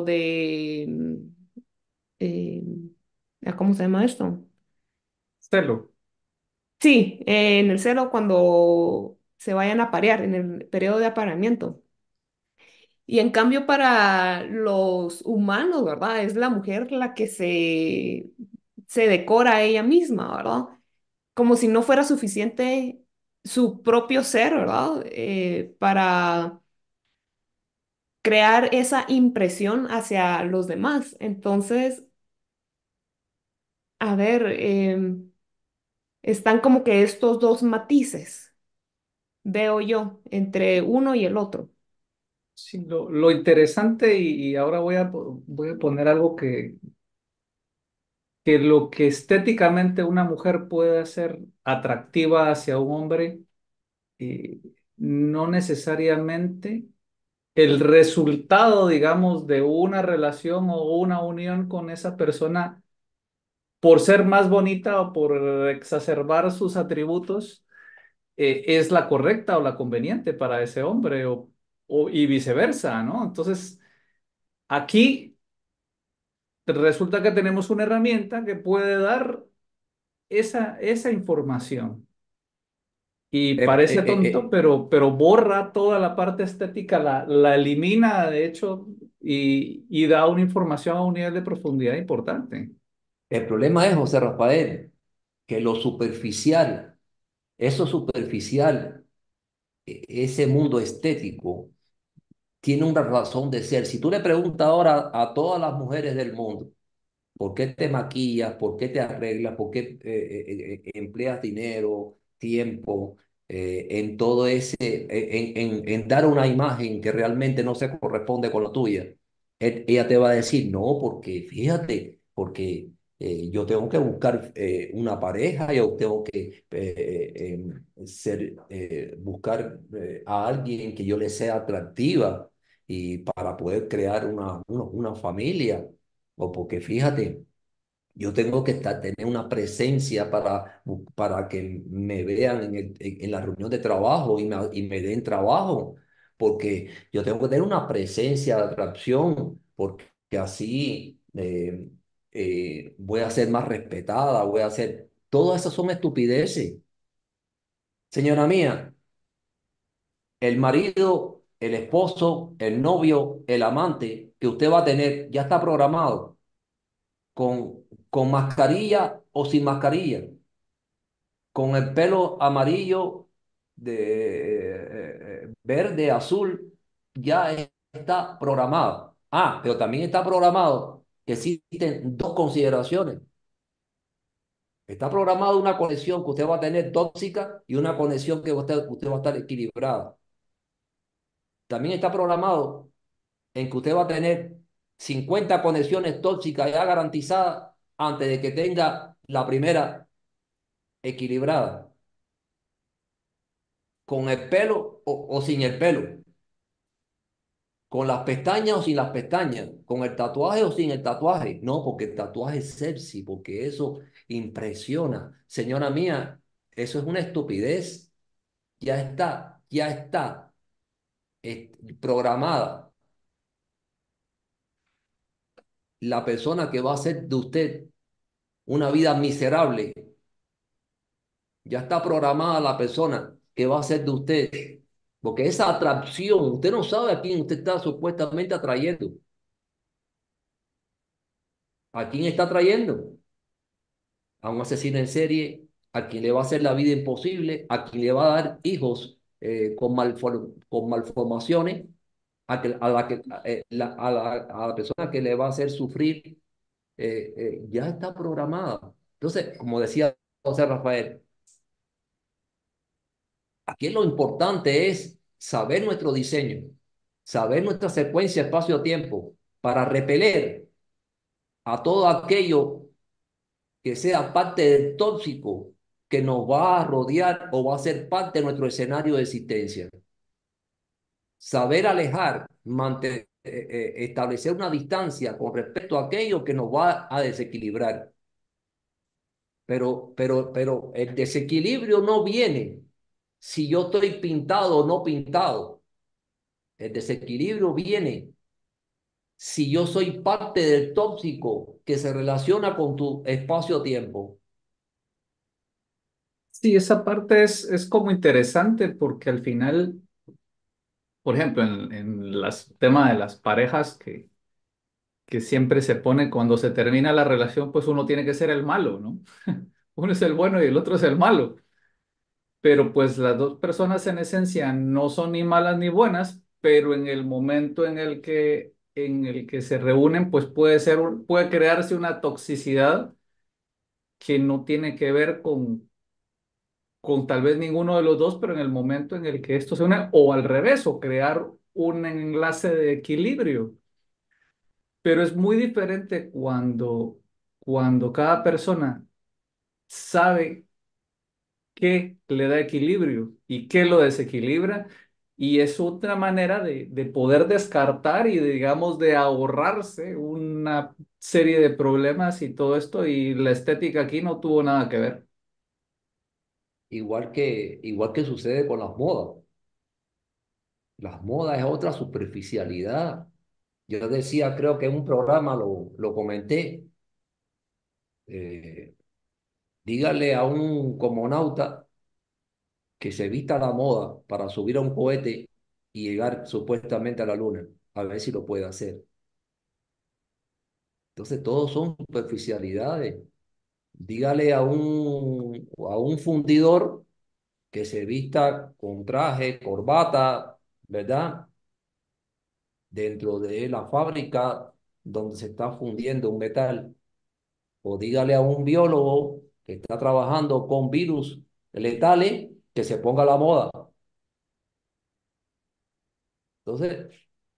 Speaker 1: eh, ¿cómo se llama esto?
Speaker 2: Celo.
Speaker 1: Sí, en el celo cuando se vayan a parear, en el periodo de apareamiento. Y en cambio para los humanos, ¿verdad? Es la mujer la que se decora a ella misma, ¿verdad? Como si no fuera suficiente su propio ser, ¿verdad? Para crear esa impresión hacia los demás. Entonces, a ver, están como que estos dos matices, veo yo, entre uno y el otro.
Speaker 2: Sí, lo interesante, y ahora voy a poner algo que lo que estéticamente una mujer puede hacer atractiva hacia un hombre, eh, no necesariamente el resultado, digamos, de una relación o una unión con esa persona, por ser más bonita o por exacerbar sus atributos, es la correcta o la conveniente para ese hombre y viceversa, ¿no? Entonces, aquí resulta que tenemos una herramienta que puede dar esa información. Y
Speaker 3: Eh,
Speaker 2: parece
Speaker 3: eh,
Speaker 2: tonto,
Speaker 3: eh,
Speaker 2: pero borra toda la parte estética, la elimina, de hecho, y da una información a un nivel de profundidad importante.
Speaker 3: el problema es, José Rafael, que lo superficial, eso superficial, ese mundo estético, tiene una razón de ser. Si tú le preguntas ahora a todas las mujeres del mundo, ¿por qué te maquillas? ¿Por qué te arreglas? ¿Por qué empleas dinero, tiempo en todo ese, en dar una imagen que realmente no se corresponde con la tuya? Ella te va a decir, no, porque fíjate, porque yo tengo que buscar una pareja, yo tengo que buscar a alguien que yo le sea atractiva y para poder crear una familia. O porque fíjate, yo tengo que tener una presencia para que me vean en la reunión de trabajo y me den trabajo, porque yo tengo que tener una presencia de atracción, porque así voy a ser más respetada, voy a ser... Todas esas son estupideces. Señora mía, el marido, el esposo, el novio, el amante que usted va a tener ya está programado con mascarilla o sin mascarilla, con el pelo amarillo, verde, azul, ya está programado. Ah, pero también está programado que existen dos consideraciones. Está programado una conexión que usted va a tener tóxica y una conexión que usted va a estar equilibrada. También está programado en que usted va a tener 50 conexiones tóxicas ya garantizadas antes de que tenga la primera equilibrada, con el pelo o sin el pelo. ¿Con las pestañas o sin las pestañas? ¿Con el tatuaje o sin el tatuaje? No, porque el tatuaje es sexy, porque eso impresiona. Señora mía, eso es una estupidez. Ya está programada. La persona que va a hacer de usted una vida miserable, ya está programada la persona que va a hacer de usted. Porque esa atracción, usted no sabe a quién usted está supuestamente atrayendo. ¿A quién está atrayendo? A un asesino en serie, a quien le va a hacer la vida imposible, a quien le va a dar hijos con malformaciones, a la persona que le va a hacer sufrir, ya está programada. Entonces, como decía José Rafael, aquí lo importante es saber nuestro diseño, saber nuestra secuencia espacio-tiempo para repeler a todo aquello que sea parte del tóxico que nos va a rodear o va a ser parte de nuestro escenario de existencia. Saber alejar, establecer una distancia con respecto a aquello que nos va a desequilibrar. Pero el desequilibrio no viene si yo estoy pintado o no pintado. El desequilibrio viene si yo soy parte del tóxico que se relaciona con tu espacio-tiempo.
Speaker 2: Sí, esa parte es como interesante porque al final, por ejemplo, en las tema de las parejas que siempre se pone cuando se termina la relación, pues uno tiene que ser el malo, ¿no? Uno es el bueno y el otro es el malo. Pero pues las dos personas en esencia no son ni malas ni buenas, pero en el momento en el que se reúnen, pues puede crearse una toxicidad que no tiene que ver con tal vez ninguno de los dos, pero en el momento en el que esto se une, o al revés, o crear un enlace de equilibrio. Pero es muy diferente cuando cada persona sabe qué le da equilibrio y qué lo desequilibra. Y es otra manera de poder descartar y, digamos, de ahorrarse una serie de problemas y todo esto. Y la estética aquí no tuvo nada que ver.
Speaker 3: Igual que sucede con las modas. Las modas es otra superficialidad. Yo decía, creo que en un programa lo comenté, eh, dígale a un cosmonauta que se vista a la moda para subir a un cohete y llegar supuestamente a la luna, a ver si lo puede hacer. Entonces, todos son superficialidades. Dígale a un fundidor que se vista con traje, corbata, ¿verdad? Dentro de la fábrica donde se está fundiendo un metal. O dígale a un biólogo que está trabajando con virus letales que se ponga a la moda. Entonces,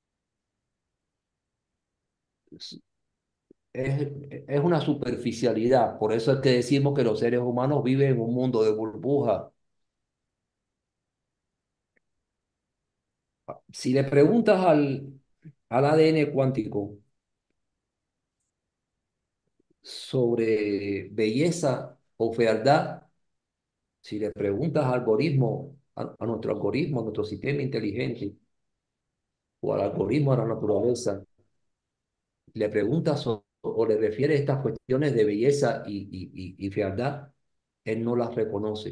Speaker 3: es, es una superficialidad. Por eso es que decimos que los seres humanos viven en un mundo de burbuja. Si le preguntas al ADN cuántico sobre belleza o fealdad, si le preguntas al algoritmo, a nuestro algoritmo, a nuestro sistema inteligente o al algoritmo de la naturaleza, le preguntas o le refieres estas cuestiones de belleza y fealdad, él no las reconoce.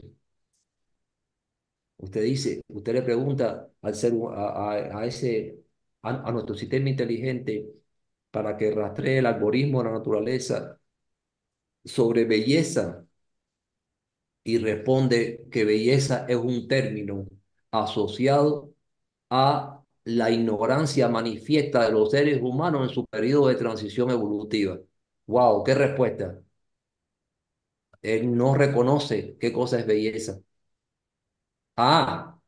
Speaker 3: Usted le pregunta al ser, a ese, a nuestro sistema inteligente para que rastree el algoritmo de la naturaleza sobre belleza y responde que belleza es un término asociado a la ignorancia manifiesta de los seres humanos en su periodo de transición evolutiva. ¡Wow! ¡Qué respuesta! Él no reconoce qué cosa es belleza. Ah,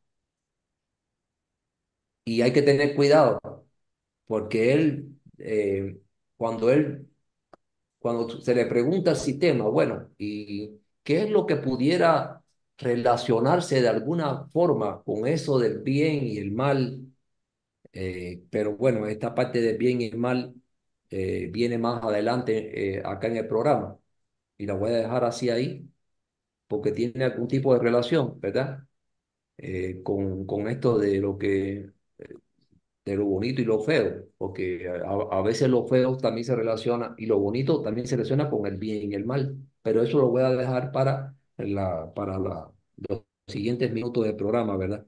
Speaker 3: y hay que tener cuidado, porque cuando cuando se le pregunta al sistema, bueno, ¿y qué es lo que pudiera relacionarse de alguna forma con eso del bien y el mal? Pero bueno, esta parte del bien y el mal viene más adelante acá en el programa y la voy a dejar así ahí porque tiene algún tipo de relación, ¿verdad? Con esto de lo bonito y lo feo, porque a veces lo feo también se relaciona y lo bonito también se relaciona con el bien y el mal, pero eso lo voy a dejar los siguientes minutos del programa, ¿verdad?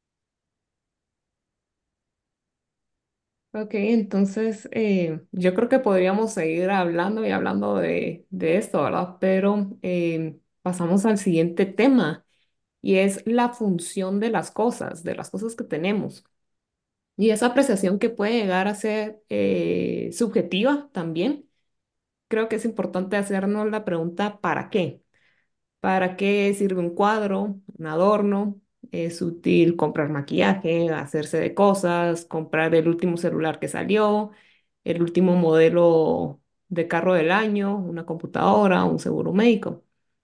Speaker 1: Ok, entonces yo creo que podríamos seguir hablando y hablando de esto, ¿verdad? Pero pasamos al siguiente tema y es la función de las cosas que tenemos. Y esa apreciación que puede llegar a ser subjetiva también. Creo que es importante hacernos la pregunta ¿para qué? ¿Para qué sirve un cuadro, un adorno? Es útil comprar maquillaje, hacerse de cosas, comprar el último celular que salió, el último modelo de carro del año, una computadora, un seguro médico.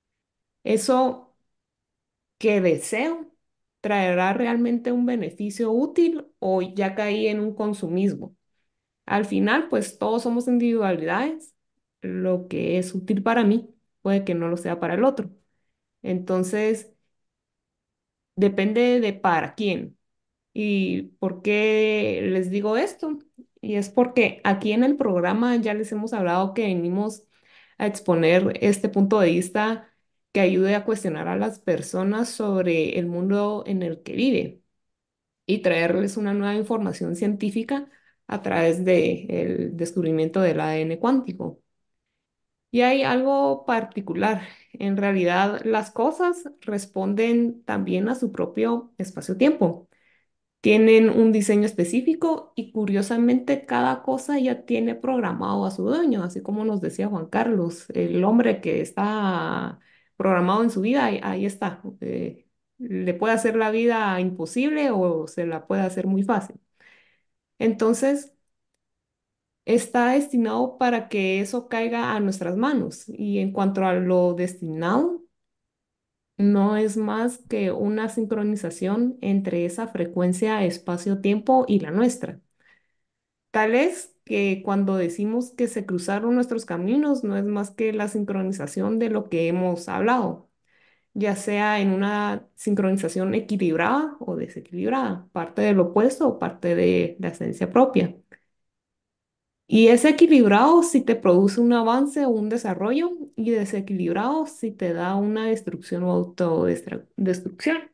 Speaker 1: Eso que deseo traerá realmente un beneficio útil o ya caí en un consumismo. Al final, pues todos somos individualidades. Lo que es útil para mí puede que no lo sea para el otro. Entonces, depende de para quién. ¿Y por qué les digo esto? Y es porque aquí en el programa ya les hemos hablado que venimos a exponer este punto de vista que ayude a cuestionar a las personas sobre el mundo en el que vive y traerles una nueva información científica a través del descubrimiento del ADN cuántico. Y hay algo particular. En realidad, las cosas responden también a su propio espacio-tiempo. Tienen un diseño específico y curiosamente cada cosa ya tiene programado a su dueño, así como nos decía Juan Carlos, el hombre que está programado en su vida, ahí está. Le puede hacer la vida imposible o se la puede hacer muy fácil. Entonces, está destinado para que eso caiga a nuestras manos. Y en cuanto a lo destinado, no es más que una sincronización entre esa frecuencia espacio-tiempo y la nuestra. Tal es que cuando decimos que se cruzaron nuestros caminos, no es más que la sincronización de lo que hemos hablado, ya sea en una sincronización equilibrada o desequilibrada, parte del opuesto o parte de la esencia propia. Y es equilibrado si te produce un avance o un desarrollo y desequilibrado si te da una destrucción o autodestrucción.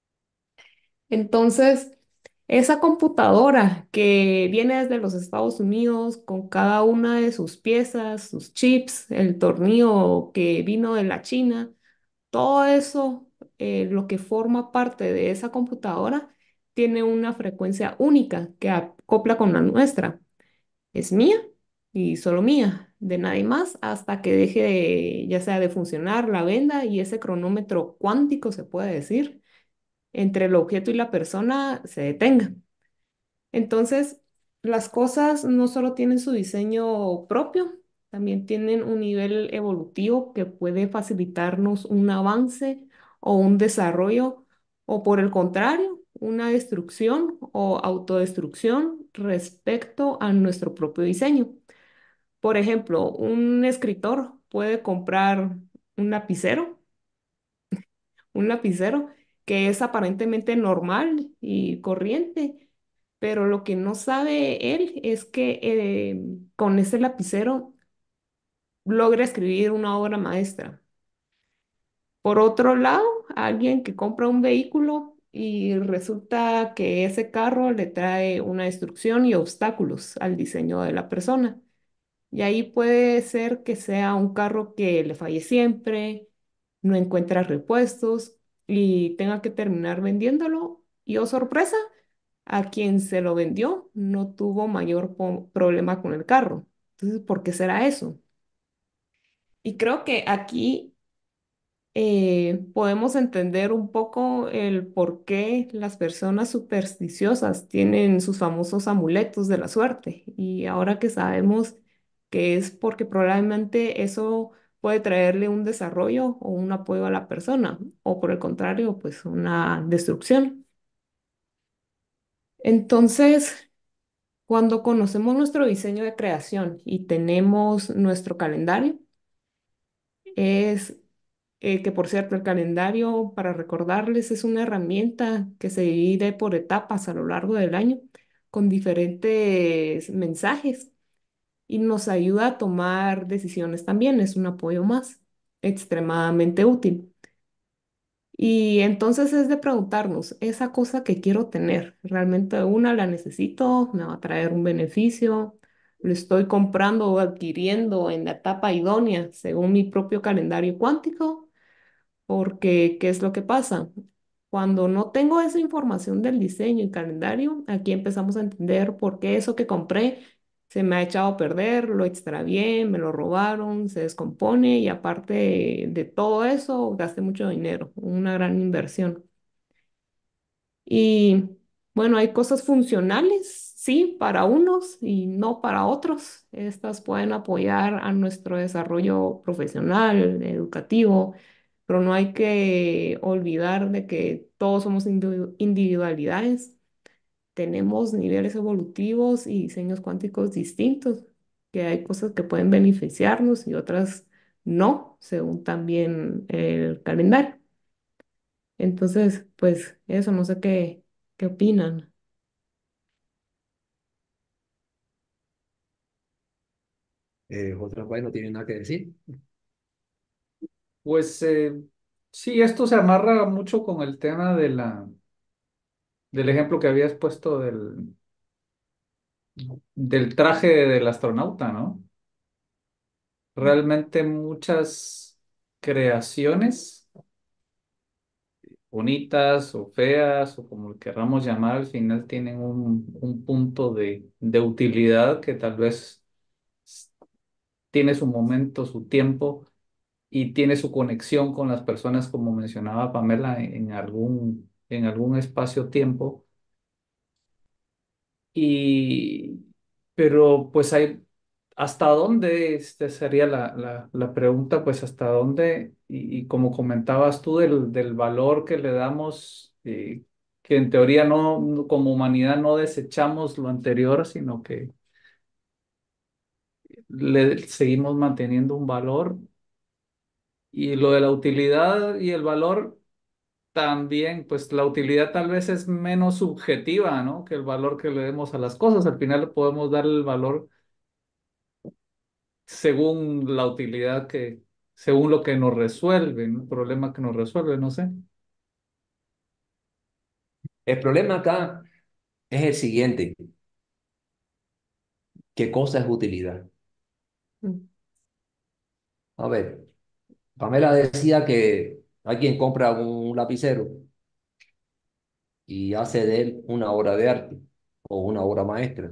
Speaker 1: Entonces, esa computadora que viene desde los Estados Unidos con cada una de sus piezas, sus chips, el tornillo que vino de la China, todo eso, lo que forma parte de esa computadora, tiene una frecuencia única que acopla con la nuestra. Es mía y solo mía, de nadie más, hasta que deje ya sea de funcionar, la venda y ese cronómetro cuántico, se puede decir, entre el objeto y la persona se detenga. Entonces, las cosas no solo tienen su diseño propio, también tienen un nivel evolutivo que puede facilitarnos un avance o un desarrollo, o por el contrario, una destrucción o autodestrucción respecto a nuestro propio diseño. Por ejemplo, un escritor puede comprar un lapicero, un lapicero que es aparentemente normal y corriente, pero lo que no sabe él es que con ese lapicero logra escribir una obra maestra. Por otro lado, alguien que compra un vehículo y resulta que ese carro le trae una destrucción y obstáculos al diseño de la persona. Y ahí puede ser que sea un carro que le falle siempre, no encuentra repuestos y tenga que terminar vendiéndolo. Y oh sorpresa, a quien se lo vendió no tuvo mayor problema con el carro. Entonces, ¿por qué será eso? Y creo que aquí podemos entender un poco el por qué las personas supersticiosas tienen sus famosos amuletos de la suerte. Y ahora que sabemos que es porque probablemente eso puede traerle un desarrollo o un apoyo a la persona, o por el contrario, pues una destrucción. Entonces, Cuando conocemos nuestro diseño de creación y tenemos nuestro calendario, es que por cierto, el calendario, para recordarles, es una herramienta que se divide por etapas a lo largo del año con diferentes mensajes y nos ayuda a tomar decisiones también. Es un apoyo más extremadamente útil. Y entonces es de preguntarnos, ¿esa cosa que quiero tener, realmente una la necesito? ¿Me va a traer un beneficio? ¿Lo estoy comprando o adquiriendo en la etapa idónea según mi propio calendario cuántico? Porque, ¿qué es lo que pasa? Cuando no tengo esa información del diseño y calendario, aquí empezamos a entender por qué eso que compré se me ha echado a perder, lo extravié, me lo robaron, se descompone y aparte de todo eso, gasté mucho dinero, una gran inversión. Y bueno, hay cosas funcionales, sí, para unos y no para otros. Estas pueden apoyar a nuestro desarrollo profesional, educativo, pero no hay que olvidar de que todos somos individualidades, tenemos niveles evolutivos y diseños cuánticos distintos, que hay cosas que pueden beneficiarnos y otras no, según también el calendario. Entonces, pues eso, no sé qué opinan.
Speaker 3: Otras guay no tienen nada que decir.
Speaker 2: Pues sí, esto se amarra mucho con el tema del ejemplo que habías puesto del traje del astronauta, ¿no? Realmente muchas creaciones, bonitas o feas, o como le querramos llamar, al final tienen un punto de utilidad que tal vez tiene su momento, su tiempo y tiene su conexión con las personas, como mencionaba Pamela, en algún espacio-tiempo. Y, pero pues hay, ¿hasta dónde? Sería la pregunta, pues hasta dónde, y como comentabas tú del valor que le damos, que en teoría como humanidad no desechamos lo anterior, sino que le seguimos manteniendo un valor. Y lo de la utilidad y el valor también, pues la utilidad tal vez es menos subjetiva, ¿no? Que el valor que le demos a las cosas. Al final le podemos dar el valor según la utilidad según lo que nos resuelve, ¿no? El problema que nos resuelve, no sé.
Speaker 3: El problema acá es el siguiente. ¿Qué cosa es utilidad?
Speaker 1: Mm.
Speaker 3: A ver, Pamela decía que alguien compra un lapicero y hace de él una obra de arte o una obra maestra.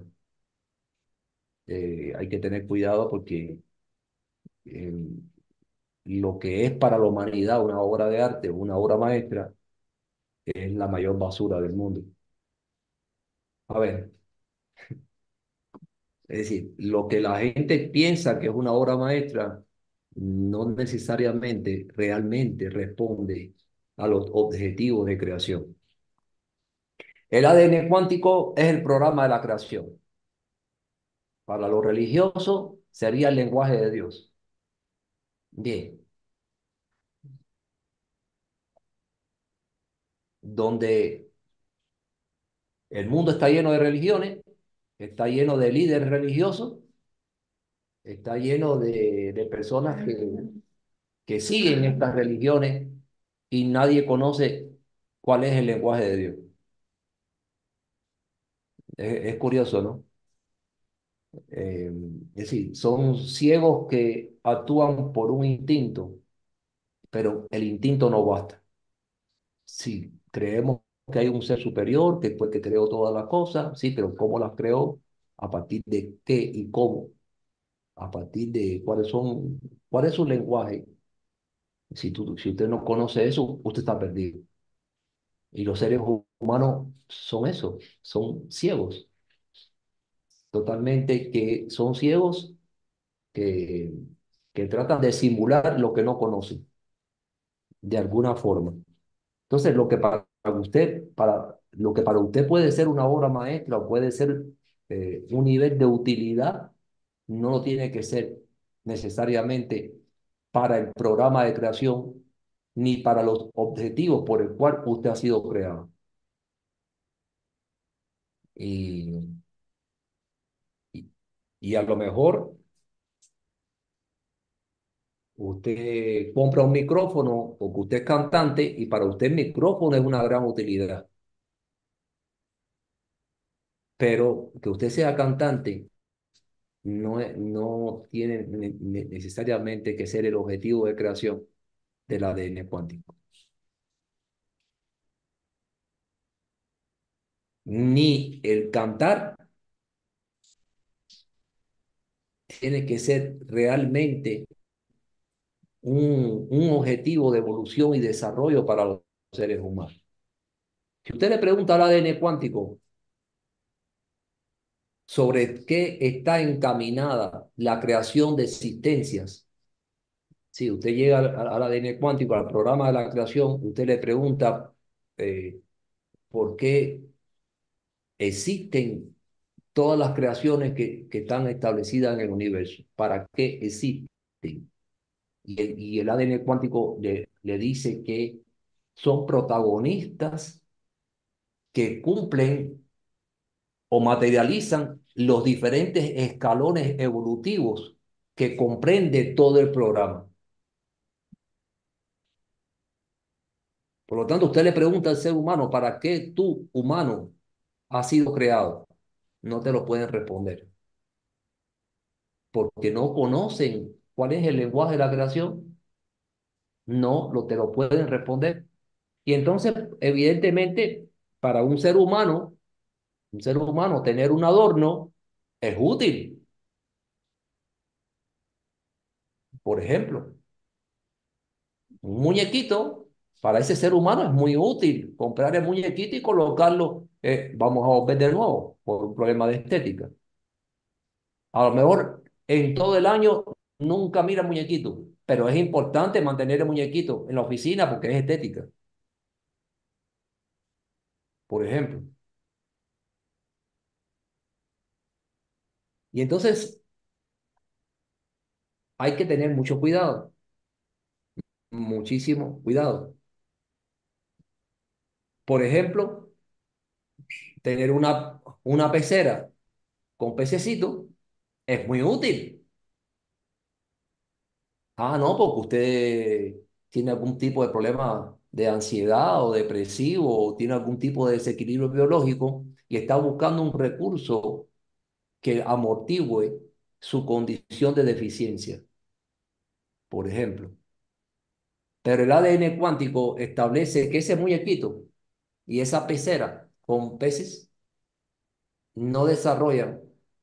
Speaker 3: Hay que tener cuidado porque eh, lo que es para la humanidad una obra de arte o una obra maestra es la mayor basura del mundo. A ver, es decir, lo que la gente piensa que es una obra maestra no necesariamente realmente responde a los objetivos de creación. El ADN cuántico es el programa de la creación. Para lo religioso sería el lenguaje de Dios. Bien, donde el mundo está lleno de religiones, está lleno de líderes religiosos, está lleno de personas que siguen estas religiones y nadie conoce cuál es el lenguaje de Dios. Es curioso, ¿no? Es decir, son ciegos que actúan por un instinto, pero el instinto no basta. Sí, creemos que hay un ser superior que fue el que creó todas las cosas, sí, pero ¿cómo las creó? ¿A partir de qué y cómo? ¿A partir de cuál es su lenguaje? Si usted no conoce eso, usted está perdido. Y los seres humanos son eso, son ciegos, totalmente que son ciegos que, que tratan de simular lo que no conocen, de alguna forma. Entonces, lo que para usted puede ser una obra maestra o puede ser un nivel de utilidad no lo tiene que ser necesariamente para el programa de creación ni para los objetivos por el cual usted ha sido creado. Y, y, y a lo mejor usted compra un micrófono porque usted es cantante y para usted el micrófono es una gran utilidad. Pero que usted sea cantante no tiene necesariamente que ser el objetivo de creación del ADN cuántico. Ni el cantar tiene que ser realmente un objetivo de evolución y desarrollo para los seres humanos. Si usted le pregunta al ADN cuántico sobre qué está encaminada la creación de existencias, si usted llega al ADN cuántico, al programa de la creación, usted le pregunta por qué existen todas las creaciones que están establecidas en el universo, para qué existen. Y el ADN cuántico le dice que son protagonistas que cumplen o materializan los diferentes escalones evolutivos que comprende todo el programa. Por lo tanto, usted le pregunta al ser humano, ¿para qué tú, humano, has sido creado? No te lo pueden responder, porque no conocen cuál es el lenguaje de la creación, te lo pueden responder. Y entonces, evidentemente, para un ser humano tener un adorno es útil. Por ejemplo, un muñequito para ese ser humano es muy útil. Comprar el muñequito y colocarlo, vamos a volver de nuevo por un problema de estética. A lo mejor en todo el año nunca mira muñequito, pero es importante mantener el muñequito en la oficina porque es estética, por ejemplo. Y entonces hay que tener mucho cuidado, muchísimo cuidado. Por ejemplo, tener una pecera con pececito es muy útil. Ah, no, porque usted tiene algún tipo de problema de ansiedad o depresivo o tiene algún tipo de desequilibrio biológico y está buscando un recurso que amortigüe su condición de deficiencia, por ejemplo. Pero el ADN cuántico establece que ese muñequito y esa pecera con peces no desarrollan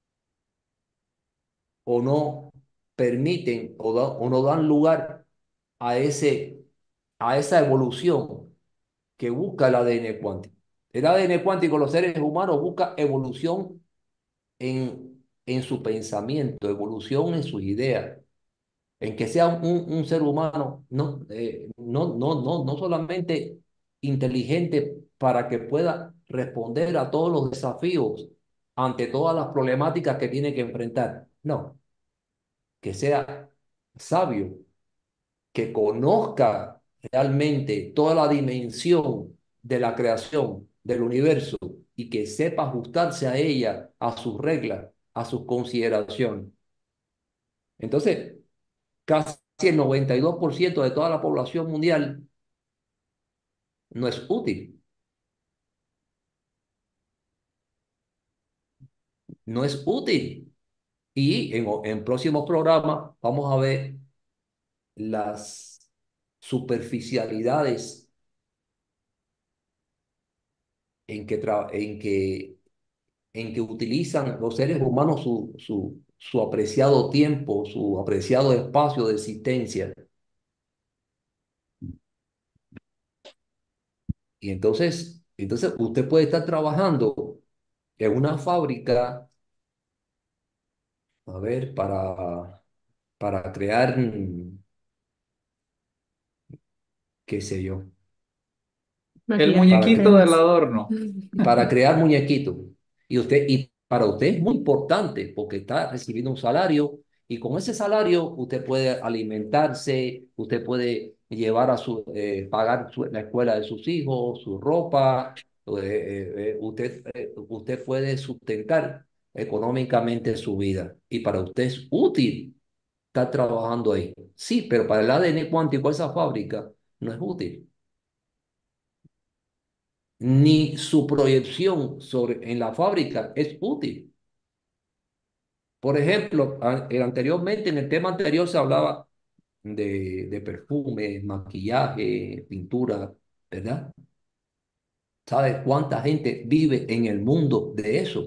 Speaker 3: o no permiten o no dan lugar a, a esa evolución que busca el ADN cuántico. El ADN cuántico, los seres humanos busca evolución en su pensamiento, evolución en sus ideas, en que sea un ser humano no solamente inteligente para que pueda responder a todos los desafíos ante todas las problemáticas que tiene que enfrentar. No, que sea sabio, que conozca realmente toda la dimensión de la creación del universo y que sepa ajustarse a ella, a sus reglas, a sus consideraciones. Entonces, casi el 92% de toda la población mundial no es útil, no es útil. Y en próximos programas vamos a ver las superficialidades en que utilizan los seres humanos su apreciado tiempo, su apreciado espacio de existencia. Y entonces usted puede estar trabajando en una fábrica, a ver, para crear, qué sé yo,
Speaker 2: El
Speaker 1: Maquillaje,
Speaker 3: para,
Speaker 2: muñequito del
Speaker 1: cremas.
Speaker 2: adorno.
Speaker 3: para crear muñequitos. Y para usted es muy importante porque está recibiendo un salario y con ese salario usted puede alimentarse, usted puede llevar pagar la escuela de sus hijos, su ropa, usted puede sustentar económicamente su vida y para usted es útil estar trabajando ahí. Sí, pero para el ADN cuántico esa fábrica no es útil. Ni su proyección en la fábrica es útil. Por ejemplo, anteriormente, en el tema anterior se hablaba de perfumes, maquillaje, pintura, ¿verdad? ¿Sabe cuánta gente vive en el mundo de eso?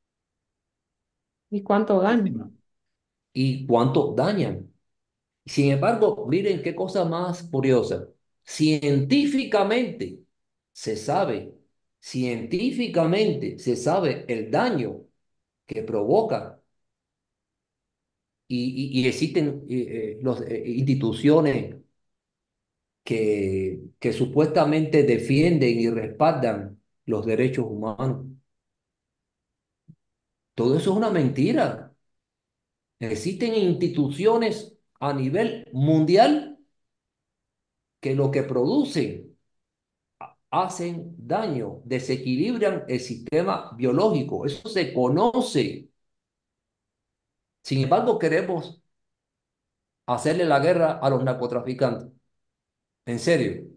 Speaker 1: ¿Y cuánto gana?
Speaker 2: Muchísimo.
Speaker 3: ¿Y cuánto dañan? Sin embargo, miren qué cosa más curiosa. Científicamente se sabe, científicamente se sabe el daño que provoca y existen instituciones que supuestamente defienden y respaldan los derechos humanos. Todo eso es una mentira. Existen instituciones a nivel mundial que lo que producen hacen daño, desequilibran el sistema biológico. Eso se conoce. Sin embargo, queremos hacerle la guerra a los narcotraficantes. En serio.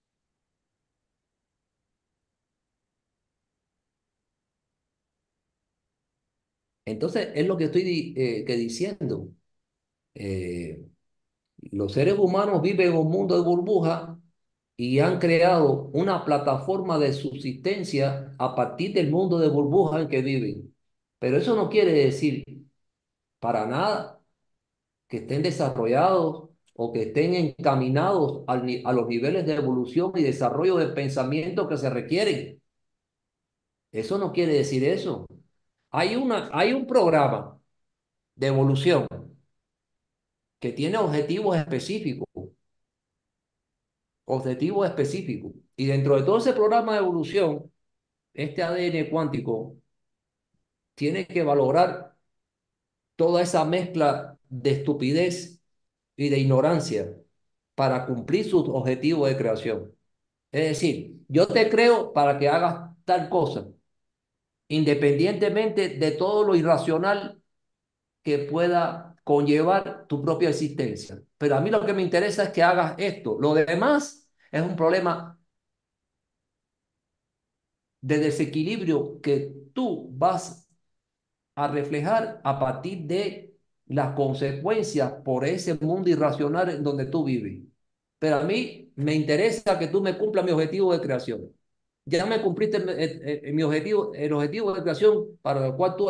Speaker 3: Entonces, es lo que estoy diciendo. Eh, los seres humanos viven en un mundo de burbuja y han creado una plataforma de subsistencia a partir del mundo de burbuja en que viven. Pero eso no quiere decir para nada que estén desarrollados o que estén encaminados a los niveles de evolución y desarrollo de pensamiento que se requieren. Eso no quiere decir eso. Hay un programa de evolución que tiene objetivos específicos. Y dentro de todo ese programa de evolución, este ADN cuántico tiene que valorar toda esa mezcla de estupidez y de ignorancia para cumplir sus objetivos de creación. Es decir, yo te creo para que hagas tal cosa, independientemente de todo lo irracional que pueda conllevar tu propia existencia. Pero a mí lo que me interesa es que hagas esto. Lo demás es un problema de desequilibrio que tú vas a reflejar a partir de las consecuencias por ese mundo irracional en donde tú vives. Pero a mí me interesa que tú me cumplas mi objetivo de creación. Ya me cumpliste mi objetivo, el objetivo de creación para el cual tú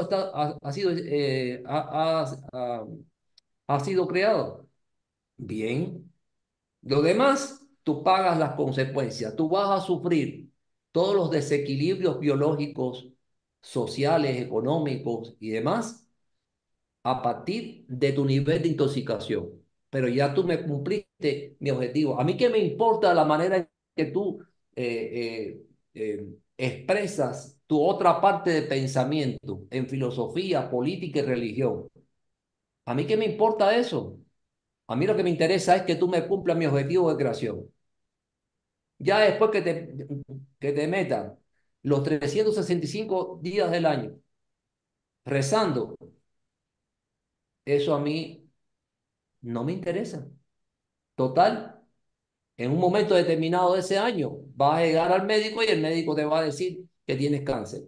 Speaker 3: has sido creado. Bien. Lo demás, tú pagas las consecuencias. Tú vas a sufrir todos los desequilibrios biológicos, sociales, económicos y demás a partir de tu nivel de intoxicación. Pero ya tú me cumpliste mi objetivo. A mí qué me importa la manera en que tú expresas tu otra parte de pensamiento en filosofía, política y religión. A mí qué me importa eso. A mí lo que me interesa es que tú me cumplas mi objetivo de creación. Ya después que te metan los 365 días del año rezando, eso a mí no me interesa. Total, en un momento determinado de ese año vas a llegar al médico y el médico te va a decir que tienes cáncer.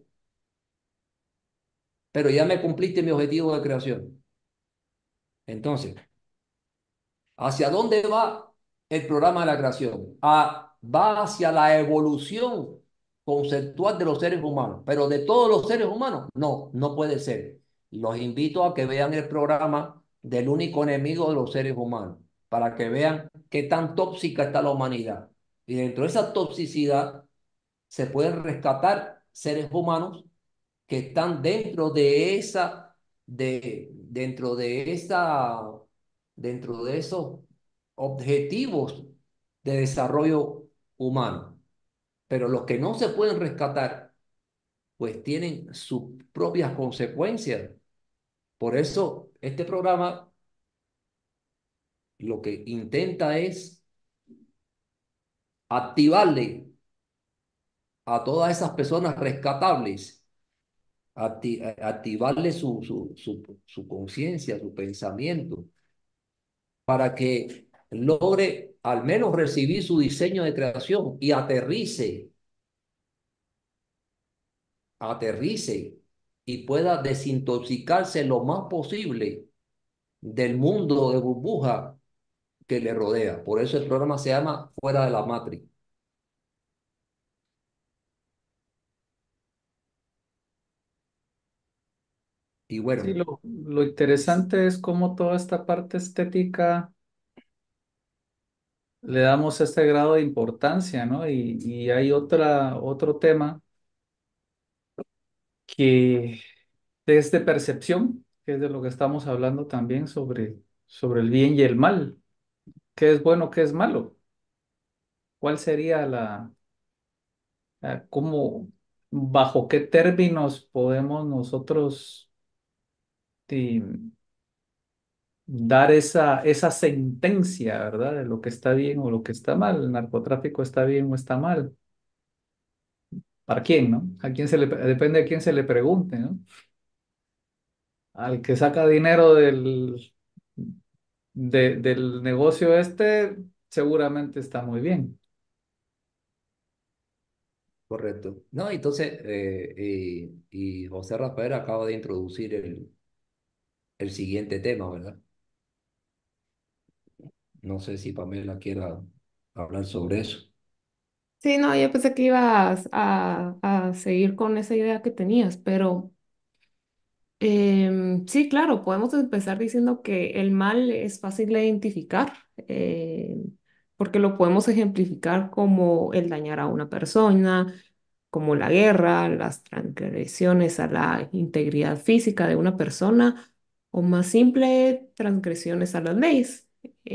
Speaker 3: Pero ya me cumpliste mi objetivo de creación. Entonces, ¿hacia dónde va el programa de la creación? Va hacia la evolución conceptual de los seres humanos, pero de todos los seres humanos, no, no puede ser. Los invito a que vean el programa del único enemigo de los seres humanos, para que vean qué tan tóxica está la humanidad. Y dentro de esa toxicidad se pueden rescatar seres humanos que están dentro de esos objetivos de desarrollo humano. Pero los que no se pueden rescatar, pues tienen sus propias consecuencias. Por eso, este programa lo que intenta es activarle a todas esas personas rescatables, activarle su conciencia, su pensamiento, para que logre al menos recibir su diseño de creación y aterrice y pueda desintoxicarse lo más posible del mundo de burbuja que le rodea. Por eso el programa se llama Fuera de la Matrix. Y
Speaker 2: Sí,
Speaker 3: bueno,
Speaker 2: lo interesante es cómo toda esta parte estética le damos este grado de importancia, ¿no? Y hay otro tema que es de percepción, que es de lo que estamos hablando también sobre el bien y el mal. ¿Qué es bueno, qué es malo? ¿Cuál sería cómo, bajo qué términos podemos nosotros ti- dar esa sentencia, ¿verdad? De lo que está bien o lo que está mal? ¿El narcotráfico está bien o está mal? ¿Para quién, no? Depende a quién se le pregunte, ¿no? Al que saca dinero del negocio este, seguramente está muy bien.
Speaker 3: correcto. No, entonces, y José Rafael acaba de introducir el siguiente tema, ¿verdad? No sé si Pamela quiera hablar sobre eso.
Speaker 1: Sí, no, yo pensé que ibas a seguir con esa idea que tenías, pero sí, claro, podemos empezar diciendo que el mal es fácil de identificar, porque lo podemos ejemplificar como el dañar a una persona, como la guerra, las transgresiones a la integridad física de una persona o más simple, transgresiones a las leyes.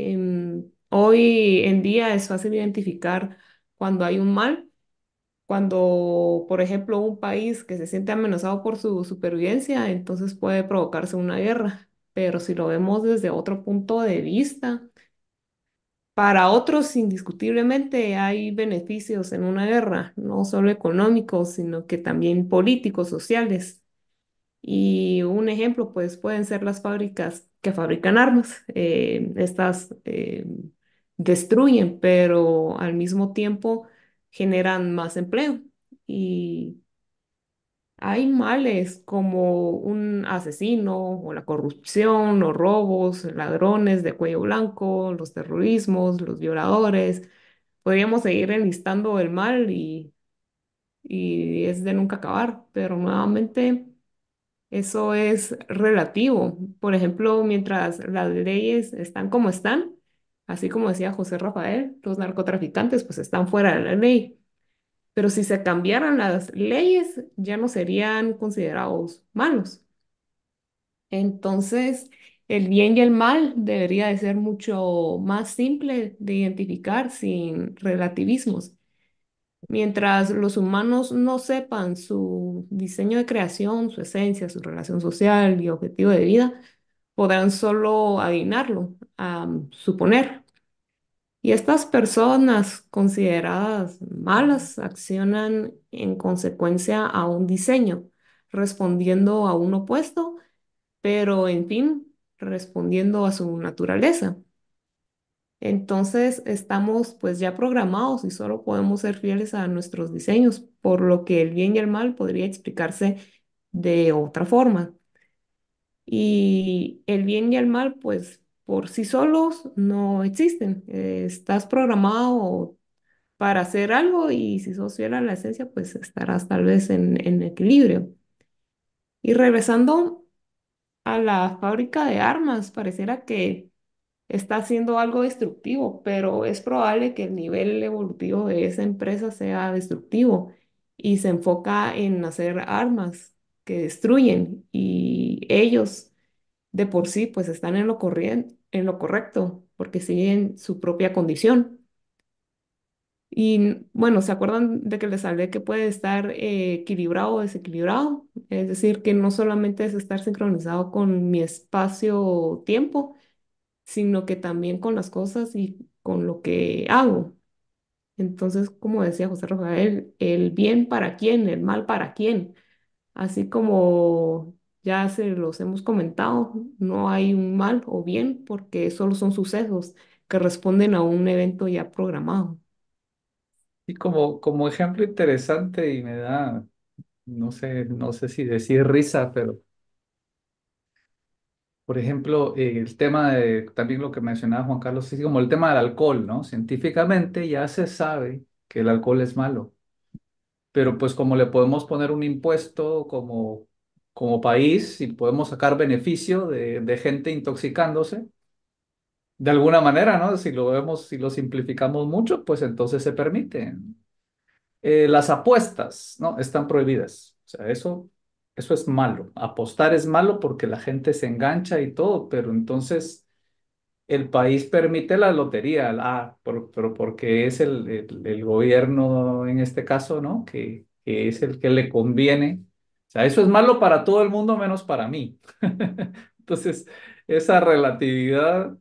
Speaker 1: Hoy en día es fácil identificar cuando hay un mal, cuando, por ejemplo, un país que se siente amenazado por su supervivencia, entonces puede provocarse una guerra. Pero si lo vemos desde otro punto de vista, para otros indiscutiblemente hay beneficios en una guerra, no solo económicos, sino que también políticos, sociales. Y un ejemplo, pues, pueden ser las fábricas que fabrican armas. Estas destruyen, pero al mismo tiempo generan más empleo. Y hay males como un asesino o la corrupción, los robos, ladrones de cuello blanco, los terrorismos, los violadores. Podríamos seguir enlistando el mal y es de nunca acabar, pero nuevamente eso es relativo. Por ejemplo, mientras las leyes están como están, así como decía José Rafael, los narcotraficantes pues están fuera de la ley. Pero si se cambiaran las leyes, ya no serían considerados malos. Entonces, el bien y el mal debería de ser mucho más simple de identificar sin relativismos. Mientras los humanos no sepan su diseño de creación, su esencia, su relación social y objetivo de vida, podrán solo adivinarlo, suponer. Y estas personas consideradas malas accionan en consecuencia a un diseño, respondiendo a un opuesto, pero en fin, respondiendo a su naturaleza. Entonces estamos pues ya programados y solo podemos ser fieles a nuestros diseños, por lo que el bien y el mal podría explicarse de otra forma. Y el bien y el mal pues por sí solos no existen. Estás programado para hacer algo y si sos fiel a la esencia, pues estarás tal vez en equilibrio. Y regresando a la fábrica de armas, pareciera que está haciendo algo destructivo, pero es probable que el nivel evolutivo de esa empresa sea destructivo y se enfoca en hacer armas que destruyen y ellos de por sí pues están en en lo correcto porque siguen su propia condición. Y bueno, ¿se acuerdan de que les hablé que puede estar equilibrado o desequilibrado? Es decir, que no solamente es estar sincronizado con mi espacio-tiempo, sino que también con las cosas y con lo que hago. Entonces, como decía José Rafael, el bien para quién, el mal para quién. Así como ya se los hemos comentado, no hay un mal o bien porque solo son sucesos que responden a un evento ya programado.
Speaker 2: Y como ejemplo interesante y me da, no sé si decir risa, pero por ejemplo, el tema de también lo que mencionaba Juan Carlos, es como el tema del alcohol, ¿no? Científicamente ya se sabe que el alcohol es malo, pero pues como le podemos poner un impuesto como país y podemos sacar beneficio de gente intoxicándose, de alguna manera, ¿no? Si lo vemos, si lo simplificamos mucho, pues entonces se permite. Las apuestas, ¿no? Están prohibidas. O sea, eso es malo. Apostar es malo porque la gente se engancha y todo, pero entonces el país permite la lotería, pero porque es el gobierno en este caso, ¿no? Que es el que le conviene. O sea, eso es malo para todo el mundo menos para mí. Entonces, esa relatividad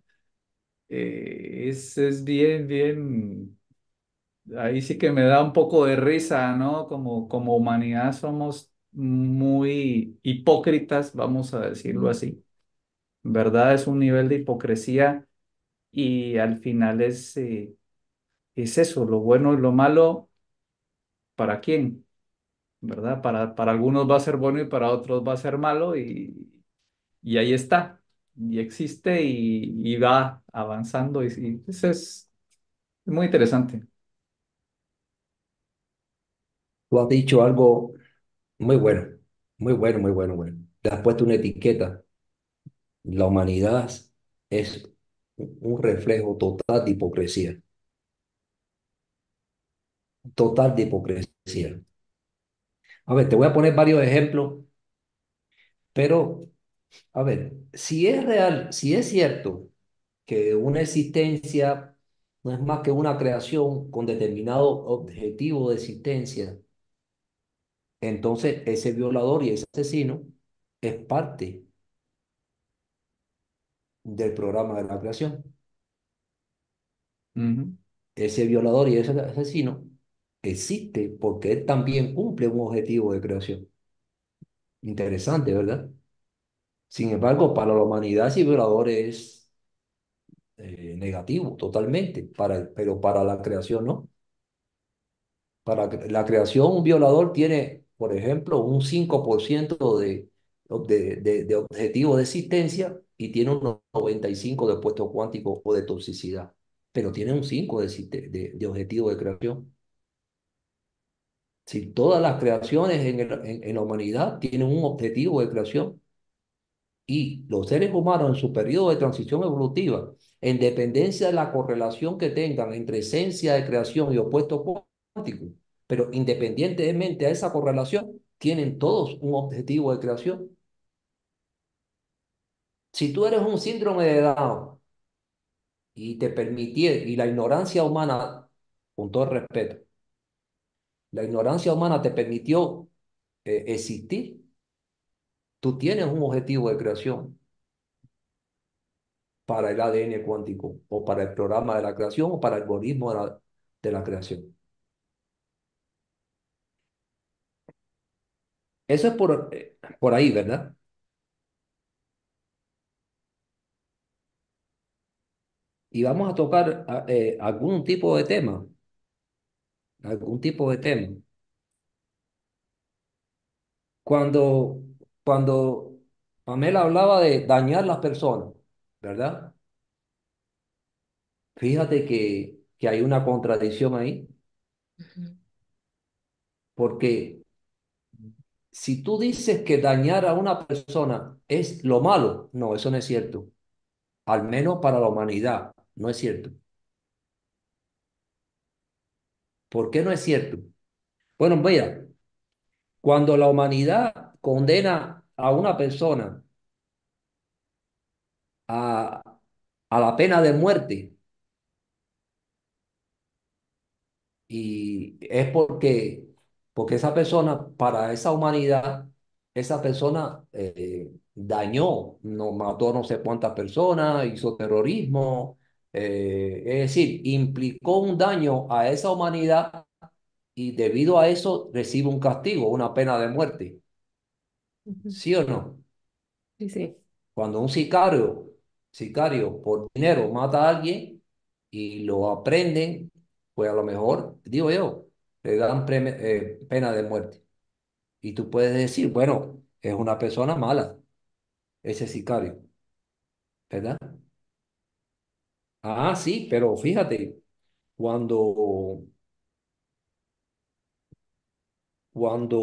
Speaker 2: es bien, bien. Ahí sí que me da un poco de risa, ¿no? Como humanidad somos muy hipócritas, vamos a decirlo así. ¿Verdad? Es un nivel de hipocresía y al final es eso, lo bueno y lo malo, ¿para quién? ¿Verdad? Para algunos va a ser bueno y para otros va a ser malo y ahí está, y existe y va avanzando y eso es muy interesante.
Speaker 3: Tú has dicho algo muy bueno, muy bueno, muy bueno, bueno. Le has puesto una etiqueta. La humanidad es un reflejo total de hipocresía. A ver, te voy a poner varios ejemplos, pero a ver, si es real, si es cierto que una existencia no es más que una creación con determinado objetivo de existencia, entonces ese violador y ese asesino es parte del programa de la creación.
Speaker 2: Ujú.
Speaker 3: Ese violador y ese asesino existe porque él también cumple un objetivo de creación. Interesante, ¿verdad? Sin embargo, para la humanidad ese violador es negativo totalmente, pero para la creación no. Para la creación, un violador tiene, por ejemplo, un 5% de objetivo de existencia y tiene un 95% de puesto cuántico o de toxicidad, pero tiene un 5 de objetivo de creación. Si todas las creaciones en la humanidad tienen un objetivo de creación y los seres humanos en su periodo de transición evolutiva, en dependencia de la correlación que tengan entre esencia de creación y opuesto cuántico, pero independientemente a esa correlación, tienen todos un objetivo de creación. Si tú eres un síndrome de Down y la ignorancia humana, con todo respeto, la ignorancia humana te permitió existir, tú tienes un objetivo de creación para el ADN cuántico o para el programa de la creación o para el algoritmo de la creación. Eso es por ahí, ¿verdad? Y vamos a tocar algún tipo de tema. Cuando, cuando Pamela hablaba de dañar las personas, ¿verdad? Fíjate que hay una contradicción ahí,
Speaker 1: Ujú.
Speaker 3: porque si tú dices que dañar a una persona es lo malo, no, eso no es cierto. Al menos para la humanidad, no es cierto. ¿Por qué no es cierto? Bueno, mira, cuando la humanidad condena a una persona a, a, la pena de muerte, Y es porque esa persona, para esa humanidad, esa persona dañó, no, mató no sé cuántas personas, hizo terrorismo, es decir, implicó un daño a esa humanidad y debido a eso recibe un castigo, una pena de muerte.
Speaker 1: Ujú.
Speaker 3: ¿Sí o no?
Speaker 1: Sí, sí.
Speaker 3: Cuando un sicario por dinero mata a alguien y lo aprenden, pues a lo mejor, digo yo, le dan pena de muerte. Y tú puedes decir, bueno, es una persona mala, ese sicario, ¿verdad? Ah, sí, pero fíjate, cuando, cuando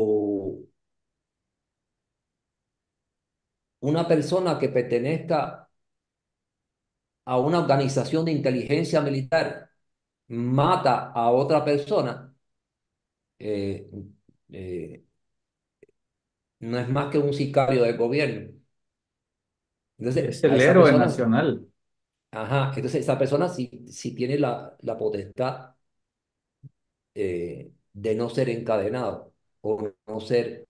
Speaker 3: una persona que pertenezca a una organización de inteligencia militar mata a otra persona, eh, eh, no es más que un sicario del gobierno. Entonces,
Speaker 2: Es
Speaker 3: a
Speaker 2: el
Speaker 3: esa
Speaker 2: héroe
Speaker 3: persona,
Speaker 2: nacional.
Speaker 3: ajá, entonces esa persona sí tiene la potestad de no ser encadenado o no ser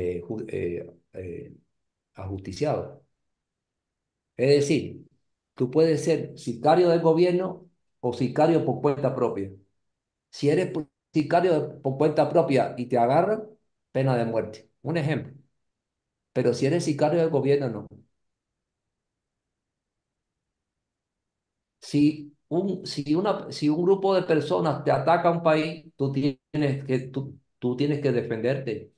Speaker 3: ajusticiado. Es decir, tú puedes ser sicario del gobierno o sicario por cuenta propia. Si eres sicario por cuenta propia y te agarran, pena de muerte. Un ejemplo. Pero si eres sicario del gobierno, no. Si un grupo de personas te ataca a un país, tú tienes que defenderte.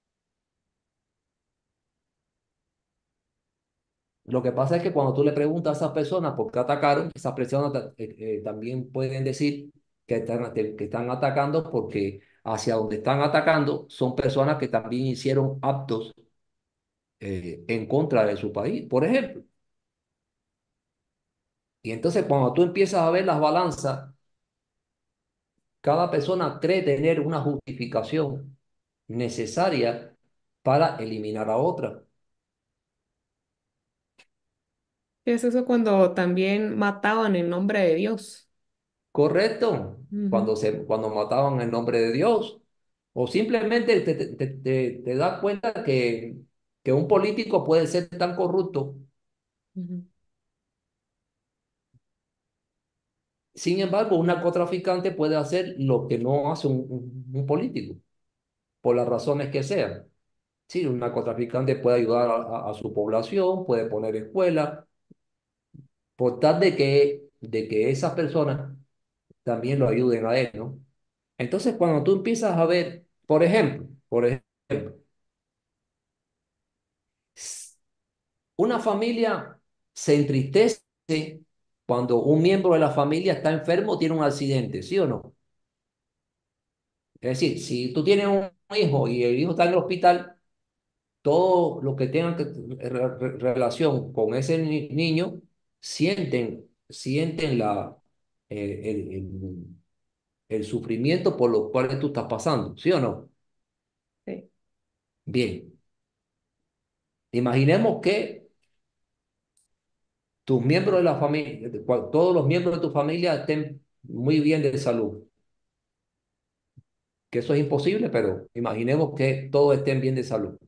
Speaker 3: Lo que pasa es que cuando tú le preguntas a esas personas por qué atacaron, esas personas también pueden decir que están atacando porque hacia donde están atacando son personas que también hicieron actos en contra de su país, por ejemplo. Y entonces cuando tú empiezas a ver las balanzas, cada persona cree tener una justificación necesaria para eliminar a otra.
Speaker 1: ¿Qué es eso cuando también mataban en nombre de Dios?
Speaker 3: ¿Correcto?
Speaker 1: Ujú,
Speaker 3: Cuando mataban en nombre de Dios. O simplemente te das cuenta que un político puede ser tan corrupto.
Speaker 1: ujú.
Speaker 3: Sin embargo, un narcotraficante puede hacer lo que no hace un político, por las razones que sean. Sí, un narcotraficante puede ayudar a su población, puede poner escuelas, por tal de que esas personas también lo ayuden a él, ¿no? Entonces, cuando tú empiezas a ver, por ejemplo, una familia se entristece cuando un miembro de la familia está enfermo o tiene un accidente, ¿sí o no? Es decir, si tú tienes un hijo y el hijo está en el hospital, todo lo que tenga relación con ese niño sienten el sufrimiento por lo cual tú estás pasando, ¿sí o no?
Speaker 1: Sí.
Speaker 3: Bien, imaginemos que tus miembros de la familia, todos los miembros de tu familia estén muy bien de salud, que eso es imposible, pero imaginemos que todos estén bien de salud.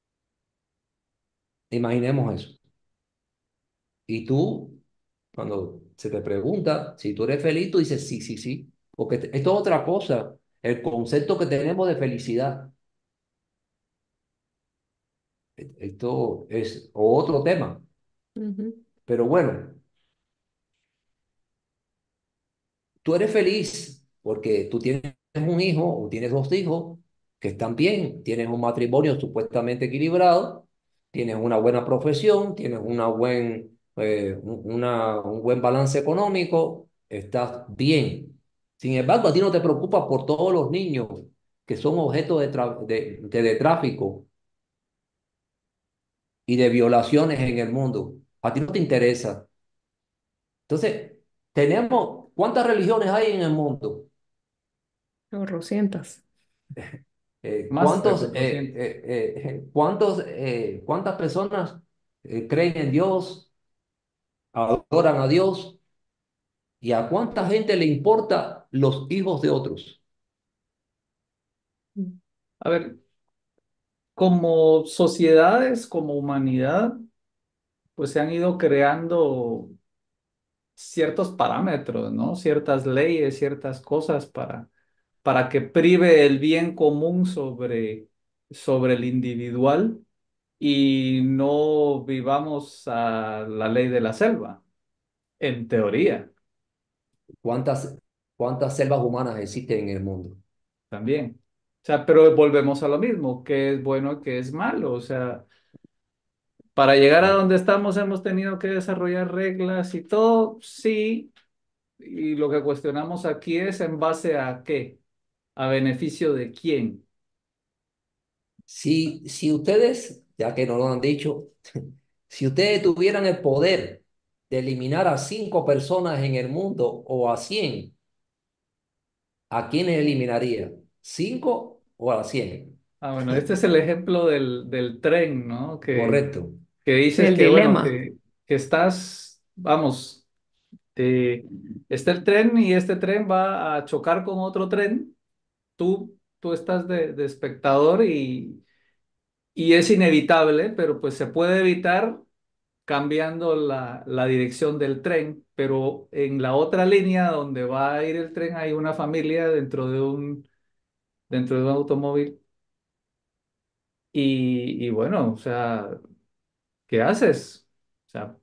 Speaker 3: Imaginemos eso. Y tú, cuando se te pregunta si tú eres feliz, tú dices sí, sí, sí, porque esto es otra cosa, el concepto que tenemos de felicidad. Esto es otro tema,
Speaker 1: Ujú.
Speaker 3: pero bueno. Tú eres feliz porque tú tienes un hijo o tienes dos hijos que están bien, tienes un matrimonio supuestamente equilibrado, tienes una buena profesión, tienes un buen balance económico, estás bien. Sin embargo, a ti no te preocupas por todos los niños que son objeto de tráfico y de violaciones en el mundo. A ti no te interesa. Entonces, ¿cuántas religiones hay en el mundo?
Speaker 1: Chorrocientas.
Speaker 2: Más de 400.
Speaker 3: ¿Cuántas personas creen en Dios, adoran a Dios y a cuánta gente le importa los hijos de otros?
Speaker 2: A ver, como sociedades, como humanidad, pues se han ido creando ciertos parámetros, ¿no? Ciertas leyes, ciertas cosas para que prive el bien común sobre el individual y no vivamos a la ley de la selva, en teoría
Speaker 3: ¿Cuántas, cuántas selvas humanas existen en el mundo?
Speaker 2: también. O sea, pero volvemos a lo mismo, qué es bueno y qué es malo. O sea, para llegar a
Speaker 3: Mm.
Speaker 2: donde estamos hemos tenido que desarrollar reglas y todo, sí, y lo que cuestionamos aquí es en base a qué, a beneficio de quién.
Speaker 3: Si ustedes, ya que no lo han dicho, si ustedes tuvieran el poder de eliminar a 5 personas en el mundo o a 100, ¿a quiénes eliminaría? ¿5 o a 100?
Speaker 2: Ah, bueno, este es el ejemplo del tren, ¿no?
Speaker 3: Correcto.
Speaker 2: Que dices
Speaker 1: El
Speaker 2: que, bueno,
Speaker 1: dilema.
Speaker 2: que estás, vamos, está el tren y este tren va a chocar con otro tren. Tú estás de espectador y es inevitable, pero pues se puede evitar cambiando la dirección del tren, pero en la otra línea donde va a ir el tren hay una familia dentro de un automóvil y bueno, o sea, ¿qué haces? O sea,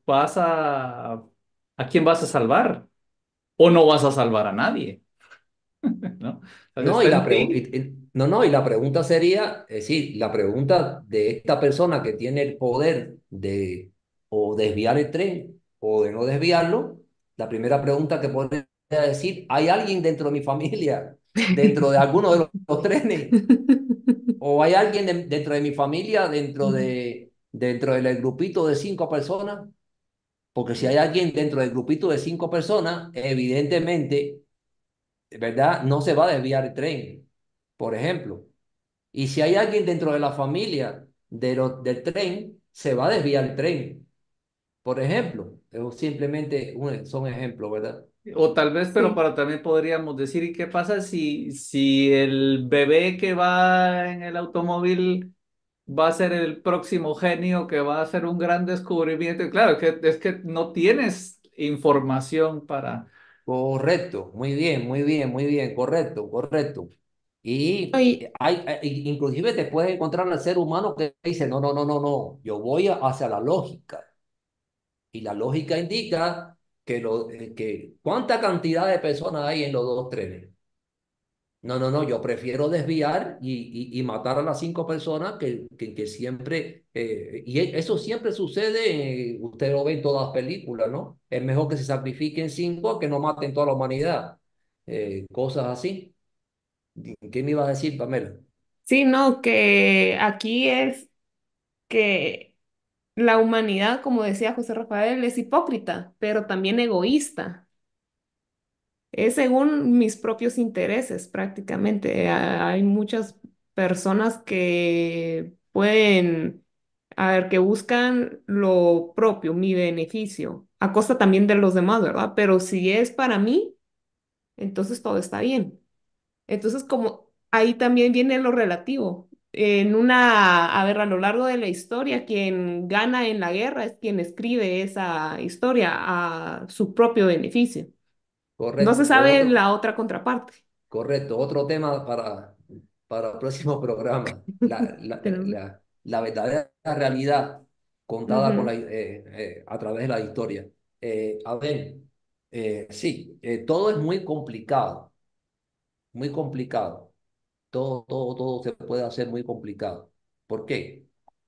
Speaker 2: ¿a quién vas a salvar? ¿O no vas a salvar a nadie? ¿No? O sea,
Speaker 3: No,
Speaker 2: está en ti.
Speaker 3: no, no, y la pregunta sería, es decir, la pregunta de esta persona que tiene el poder de o desviar el tren o de no desviarlo, la primera pregunta que podría decir, ¿hay alguien dentro de mi familia, dentro de alguno de los trenes? ¿O hay alguien dentro de mi familia, dentro del grupito de 5 personas? Porque si hay alguien dentro del grupito de 5 personas, evidentemente, ¿verdad? No se va a desviar el tren, por ejemplo. Y si hay alguien dentro de la familia del tren, se va a desviar el tren, por ejemplo. Es simplemente son ejemplos, ¿verdad?
Speaker 2: O tal vez, pero
Speaker 1: Sí.
Speaker 2: para también podríamos decir, ¿y qué pasa si el bebé que va en el automóvil va a ser el próximo genio que va a hacer un gran descubrimiento? Y claro, es que no tienes información para...
Speaker 3: Correcto, muy bien, muy bien, muy bien, correcto, correcto. Y
Speaker 1: Ay,
Speaker 3: inclusive te puedes encontrar al ser humano que dice, no, no, no, no, no, yo voy hacia la lógica. Y la lógica indica que cuánta cantidad de personas hay en los dos trenes. No, no, no, yo prefiero desviar y matar a las 5 personas que siempre, eso siempre sucede, usted lo ve en todas las películas, ¿no? Es mejor que se sacrifiquen 5 que no maten toda la humanidad. Cosas así. ¿Qué me ibas a decir, Pamela?
Speaker 1: sí, no, que aquí es que la humanidad, como decía José Rafael, es hipócrita, pero también egoísta. Es según mis propios intereses, prácticamente. Hay muchas personas que pueden, a ver, que buscan lo propio, mi beneficio, a costa también de los demás, ¿verdad? Pero si es para mí, entonces todo está bien. Entonces, como ahí también viene lo relativo. A ver, a lo largo de la historia, quien gana en la guerra es quien escribe esa historia a su propio beneficio. No se
Speaker 3: Correcto.
Speaker 1: sabe la otra contraparte.
Speaker 3: Correcto, otro tema para el próximo programa.
Speaker 1: Tenemos-
Speaker 3: La verdadera realidad contada
Speaker 1: Ujú.
Speaker 3: a través de la historia. A ver, sí, todo es muy complicado, muy complicado. Todo se puede hacer muy complicado. ¿Por qué?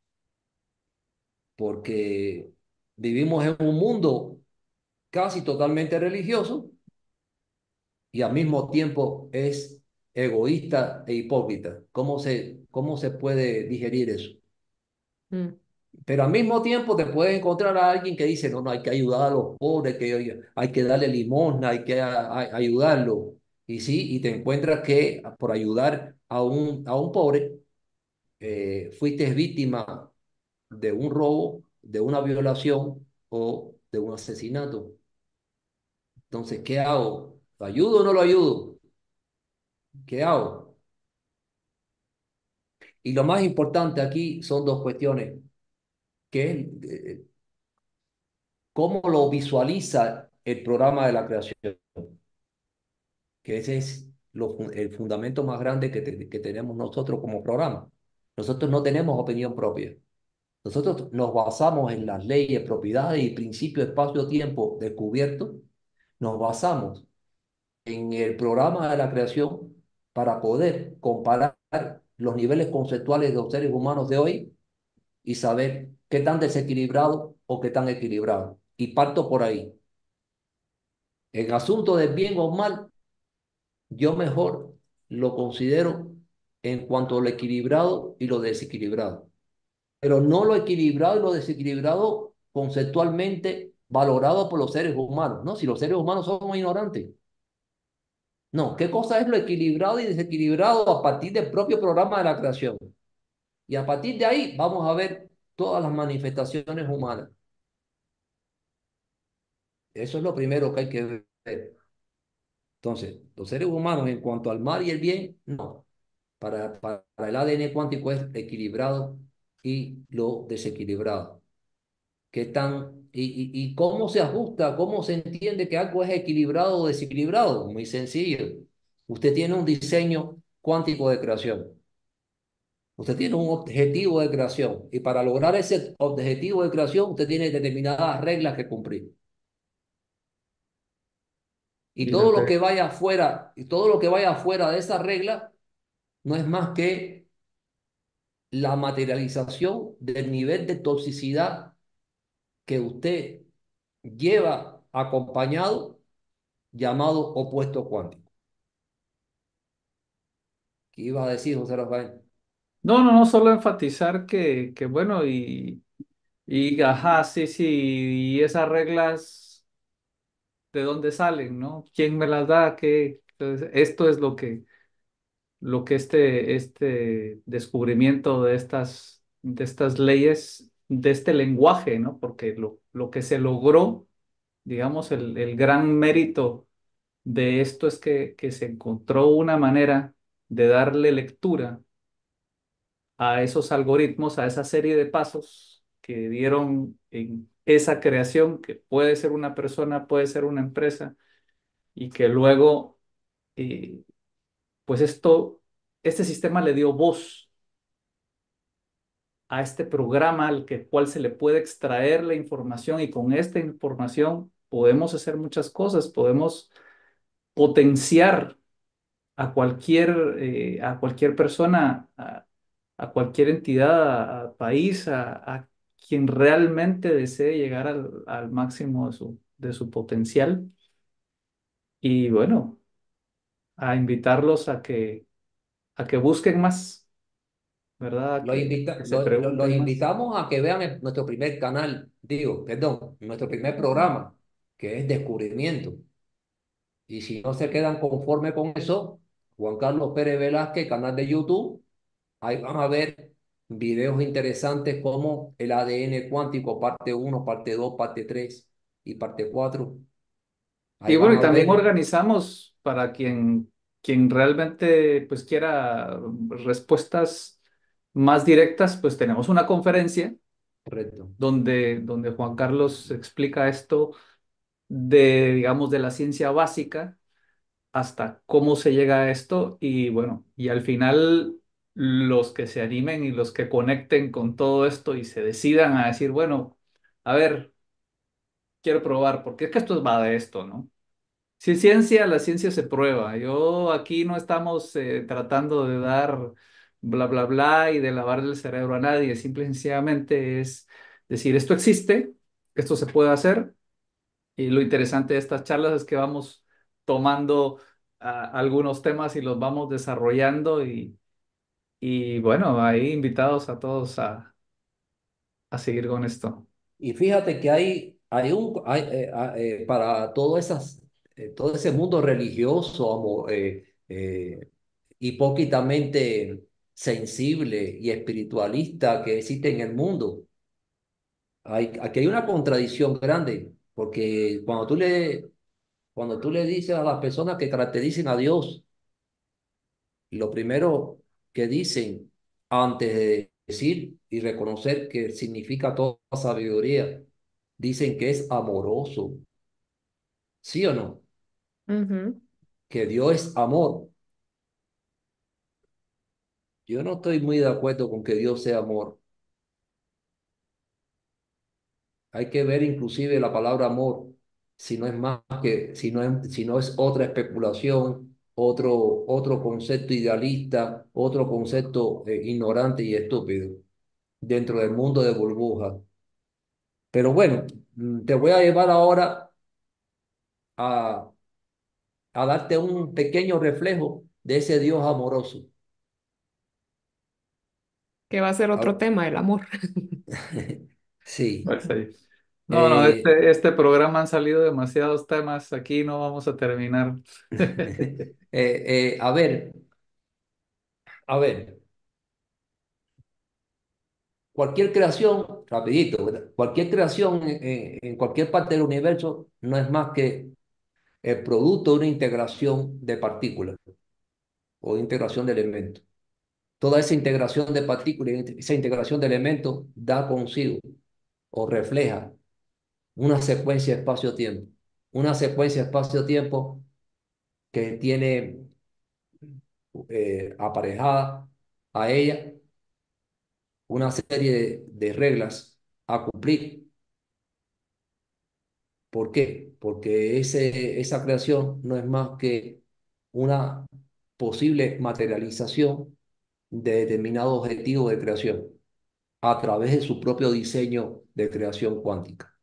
Speaker 3: Porque vivimos en un mundo casi totalmente religioso y al mismo tiempo es egoísta e hipócrita. Cómo se puede digerir eso?
Speaker 1: Mm.
Speaker 3: Pero al mismo tiempo te puedes encontrar a alguien que dice, no, no, hay que ayudar a los pobres, que hay que darle limosna, hay que ayudarlo. Y sí, y te encuentras que por ayudar a un pobre, fuiste víctima de un robo, de una violación o de un asesinato. Entonces, ¿qué hago? ¿Lo ayudo o no lo ayudo? ¿Qué hago? Y lo más importante aquí son dos cuestiones, que es cómo lo visualiza el programa de la creación, que ese es el fundamento más grande que tenemos nosotros como programa. Nosotros no tenemos opinión propia. Nosotros nos basamos en las leyes, propiedades y principios espacio-tiempo descubiertos. Nos basamos en el programa de la creación para poder comparar los niveles conceptuales de los seres humanos de hoy y saber qué tan desequilibrado o qué tan equilibrado. Y parto por ahí. En asunto de bien o mal, yo mejor lo considero en cuanto a lo equilibrado y lo desequilibrado. Pero no lo equilibrado y lo desequilibrado conceptualmente valorado por los seres humanos. No, si los seres humanos somos ignorantes. No, ¿qué cosa es lo equilibrado y desequilibrado a partir del propio programa de la creación? Y a partir de ahí vamos a ver todas las manifestaciones humanas. Eso es lo primero que hay que ver. Entonces, los seres humanos en cuanto al mal y el bien, no. Para el ADN cuántico es equilibrado y lo desequilibrado. ¿Qué tan, y cómo se ajusta, cómo se entiende que algo es equilibrado o desequilibrado? Muy sencillo. Usted tiene un diseño cuántico de creación. Usted tiene un objetivo de creación y para lograr ese objetivo de creación usted tiene determinadas reglas que cumplir. Y
Speaker 2: Y lo
Speaker 3: todo lo
Speaker 2: que,
Speaker 3: que vaya afuera, y todo lo que vaya afuera de esa regla no es más que la materialización del nivel de toxicidad que usted lleva acompañado, llamado opuesto cuántico. ¿Qué iba a decir, José Rafael?
Speaker 2: no, no, no, solo enfatizar que bueno, ajá, sí, sí, y esas reglas, ¿de dónde salen, no? ¿Quién me las da? ¿Qué? Entonces, esto es lo que este descubrimiento de estas leyes, de este lenguaje, ¿no? Porque lo que se logró, digamos, el gran mérito de esto es que se encontró una manera de darle lectura a esos algoritmos, a esa serie de pasos que dieron en esa creación, que puede ser una persona, puede ser una empresa, y que luego, eh, pues este sistema le dio voz a este programa cual se le puede extraer la información y con esta información podemos hacer muchas cosas, podemos potenciar a cualquier persona, a cualquier entidad, a país, a quien realmente desee llegar al máximo de su potencial y bueno, a invitarlos a que busquen más, ¿verdad? Que se
Speaker 3: Los
Speaker 2: pregunten más.
Speaker 3: invitamos a que vean nuestro primer canal, digo, perdón, nuestro primer programa, que es Descubrimiento. Y si no se quedan conforme con eso, Juan Carlos Pérez Velázquez, canal de YouTube, ahí van a ver videos interesantes como el ADN cuántico, parte uno, parte 2, parte 3 y parte 4. Ahí
Speaker 2: Y
Speaker 3: van
Speaker 2: bueno, y
Speaker 3: a
Speaker 2: también
Speaker 3: ver,
Speaker 2: organizamos para quien realmente pues quiera respuestas más directas, pues tenemos una conferencia
Speaker 3: correcto.
Speaker 2: donde Juan Carlos explica esto de, digamos, de la ciencia básica hasta cómo se llega a esto y bueno, y al final los que se animen y los que conecten con todo esto y se decidan a decir, bueno, a ver, quiero probar, porque es que esto va de esto, ¿no? Si es ciencia, la ciencia se prueba. Yo aquí no estamos tratando de dar bla, bla, bla y de lavar el cerebro a nadie. Simple y sencillamente es decir, esto existe, esto se puede hacer. Y lo interesante de estas charlas es que vamos tomando algunos temas y los vamos desarrollando y bueno, ahí invitados a todos a seguir con esto.
Speaker 3: Y fíjate que para todo ese mundo religioso, hipócritamente sensible y espiritualista que existe en el mundo, aquí hay una contradicción grande, porque cuando tú le dices a las personas que caracterizan a Dios, lo primero que dicen antes de decir y reconocer que significa toda sabiduría, dicen que es amoroso, ¿sí o no?
Speaker 1: Ujú.
Speaker 3: Que Dios es amor. Yo no estoy muy de acuerdo con que Dios sea amor. Hay que ver inclusive la palabra amor, si no es más que, si no es otra especulación, otro concepto idealista, otro concepto ignorante y estúpido dentro del mundo de burbujas. Pero bueno, te voy a llevar ahora a, a darte un pequeño reflejo de ese Dios amoroso.
Speaker 1: Que va a ser otro
Speaker 3: Ah,
Speaker 1: tema, el amor.
Speaker 3: sí.
Speaker 2: Pues sí. No, no,
Speaker 3: Eh,
Speaker 2: este programa han salido demasiados temas. Aquí no vamos a terminar.
Speaker 3: a ver, a ver. Cualquier creación, rapidito, ¿verdad? Cualquier creación en cualquier parte del universo no es más que el producto de una integración de partículas o de integración de elementos. Toda esa integración de partículas, esa integración de elementos da consigo o refleja una secuencia espacio-tiempo. Una secuencia espacio-tiempo que tiene aparejada a ella una serie de reglas a cumplir. ¿Por qué? Porque esa creación no es más que una posible materialización de determinado objetivo de creación a través de su propio diseño de creación cuántica.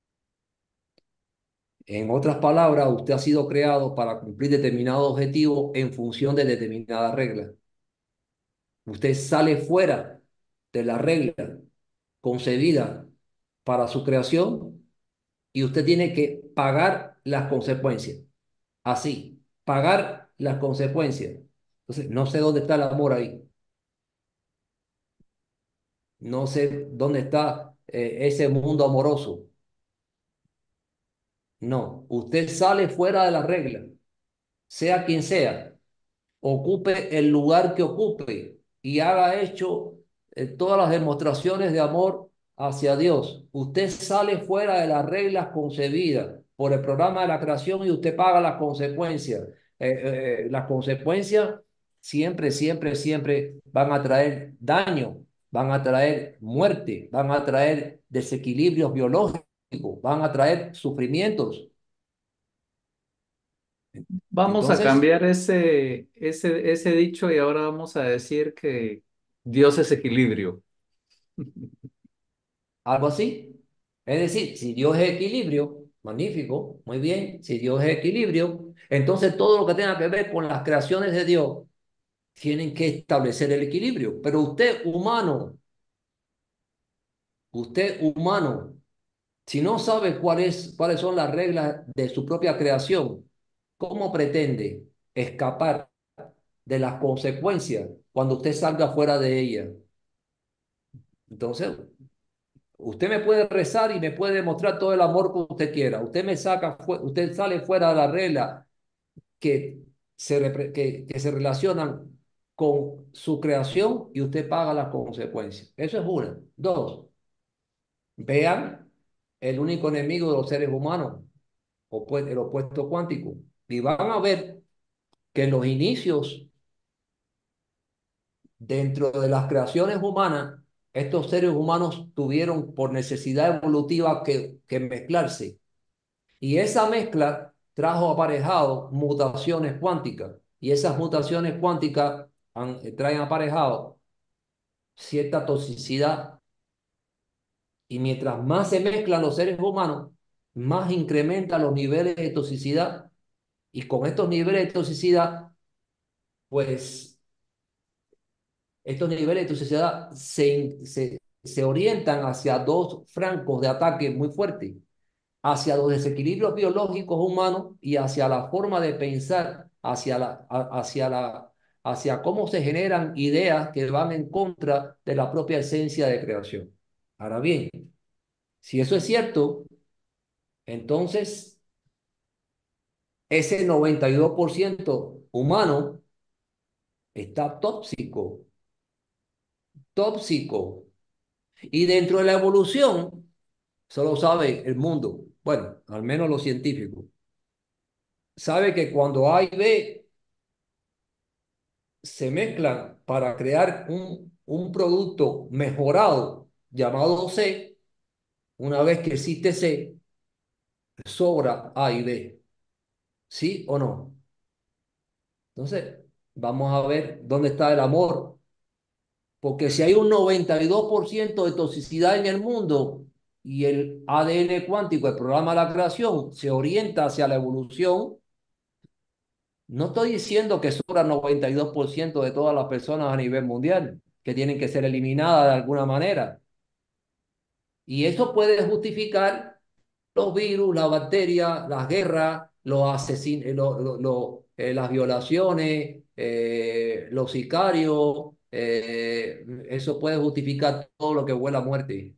Speaker 3: En otras palabras, usted ha sido creado para cumplir determinado objetivo en función de determinadas reglas. Usted sale fuera de la regla concebida para su creación y usted tiene que pagar las consecuencias. Así, pagar las consecuencias. Entonces, no sé dónde está el amor ahí. No sé dónde está ese mundo amoroso. No, usted sale fuera de la regla, sea quien sea, ocupe el lugar que ocupe y haga hecho todas las demostraciones de amor hacia Dios. Usted sale fuera de las reglas concebidas por el programa de la creación y usted paga las consecuencias. Las consecuencias siempre, siempre, siempre van a traer daño, van a traer muerte, van a traer desequilibrios biológicos, van a traer sufrimientos.
Speaker 2: Vamos a
Speaker 3: Entonces,
Speaker 2: cambiar ese dicho y ahora vamos a decir que Dios es equilibrio.
Speaker 3: algo así. Es decir, si Dios es equilibrio, magnífico, muy bien. Si Dios es equilibrio, entonces todo lo que tenga que ver con las creaciones de Dios tienen que establecer el equilibrio. Pero usted humano, si no sabe cuáles son las reglas de su propia creación, ¿cómo pretende escapar de las consecuencias cuando usted salga fuera de ellas? Entonces, usted me puede rezar y me puede demostrar todo el amor que usted quiera. Usted sale fuera de la regla que que se relacionan con su creación y usted paga las consecuencias. Eso es una. Dos, vean el único enemigo de los seres humanos, el opuesto cuántico. Y van a ver que en los inicios, dentro de las creaciones humanas, estos seres humanos tuvieron por necesidad evolutiva que mezclarse. Y esa mezcla trajo aparejado mutaciones cuánticas. Y esas mutaciones cuánticas traen aparejado cierta toxicidad. Y mientras más se mezclan los seres humanos, más incrementan los niveles de toxicidad. Y con estos niveles de toxicidad, pues estos niveles de toxicidad se orientan hacia dos francos de ataque muy fuertes, hacia los desequilibrios biológicos humanos y hacia la forma de pensar, hacia cómo se generan ideas que van en contra de la propia esencia de creación. Ahora bien, si eso es cierto, entonces ese 92% humano está tóxico, tóxico. Y dentro de la evolución, solo sabe el mundo, bueno, al menos los científicos, sabe que cuando A y B se mezclan para crear un producto mejorado llamado C, una vez que existe C, sobra A y B. ¿Sí o no? Entonces, vamos a ver dónde está el amor. Porque si hay un 92% de toxicidad en el mundo y el ADN cuántico, el programa de la creación, se orienta hacia la evolución, no estoy diciendo que sobra el 92% de todas las personas a nivel mundial, que tienen que ser eliminadas de alguna manera. Y eso puede justificar los virus, las bacterias, las guerras, las violaciones, los sicarios. Eso puede justificar todo lo que huele a muerte.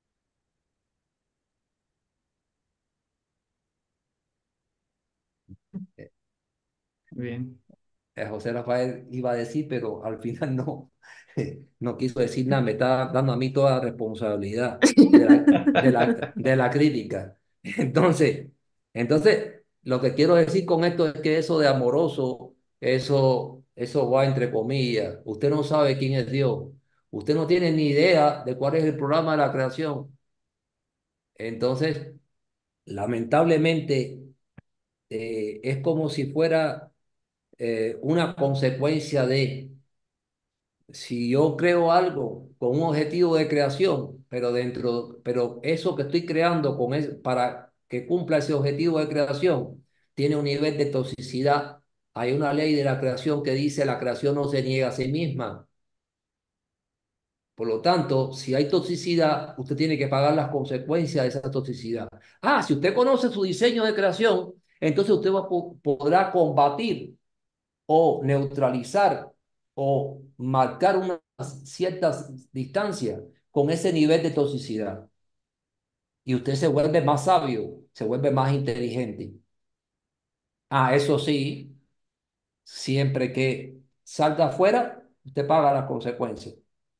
Speaker 2: Bien.
Speaker 3: José Rafael iba a decir, pero al final no, no quiso decir nada, me está dando a mí toda la responsabilidad de la crítica. Entonces, entonces, lo que quiero decir con esto es que eso de amoroso, eso va entre comillas. Usted no sabe quién es Dios. Usted no tiene ni idea de cuál es el programa de la creación. Entonces, lamentablemente, es como si fuera una consecuencia de, si yo creo algo con un objetivo de creación, pero eso que estoy creando para que cumpla ese objetivo de creación, tiene un nivel de toxicidad. Hay una ley de la creación que dice la creación no se niega a sí misma. Por lo tanto, si hay toxicidad, usted tiene que pagar las consecuencias de esa toxicidad. Ah, si usted conoce su diseño de creación, entonces usted podrá combatir o neutralizar o marcar unas ciertas distancias con ese nivel de toxicidad. Y usted se vuelve más sabio, se vuelve más inteligente. Ah, eso sí, siempre que salga afuera, usted paga las consecuencias.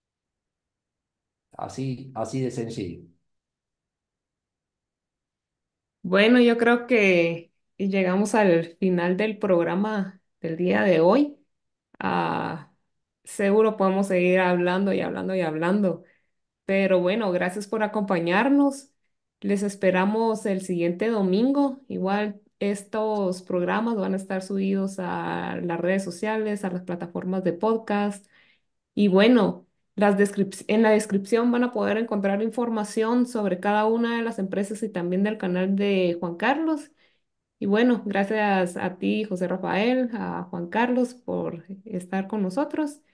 Speaker 3: Así, así de sencillo.
Speaker 1: Bueno, yo creo que llegamos al final del programa del día de hoy. Ah, seguro podemos seguir hablando y hablando y hablando. Pero bueno, gracias por acompañarnos. Les esperamos el siguiente domingo. Igual estos programas van a estar subidos a las redes sociales, a las plataformas de podcast. Y bueno, en la descripción van a poder encontrar información sobre cada una de las empresas y también del canal de Juan Carlos. Y bueno, gracias a ti, José Rafael, a Juan Carlos, por estar con nosotros.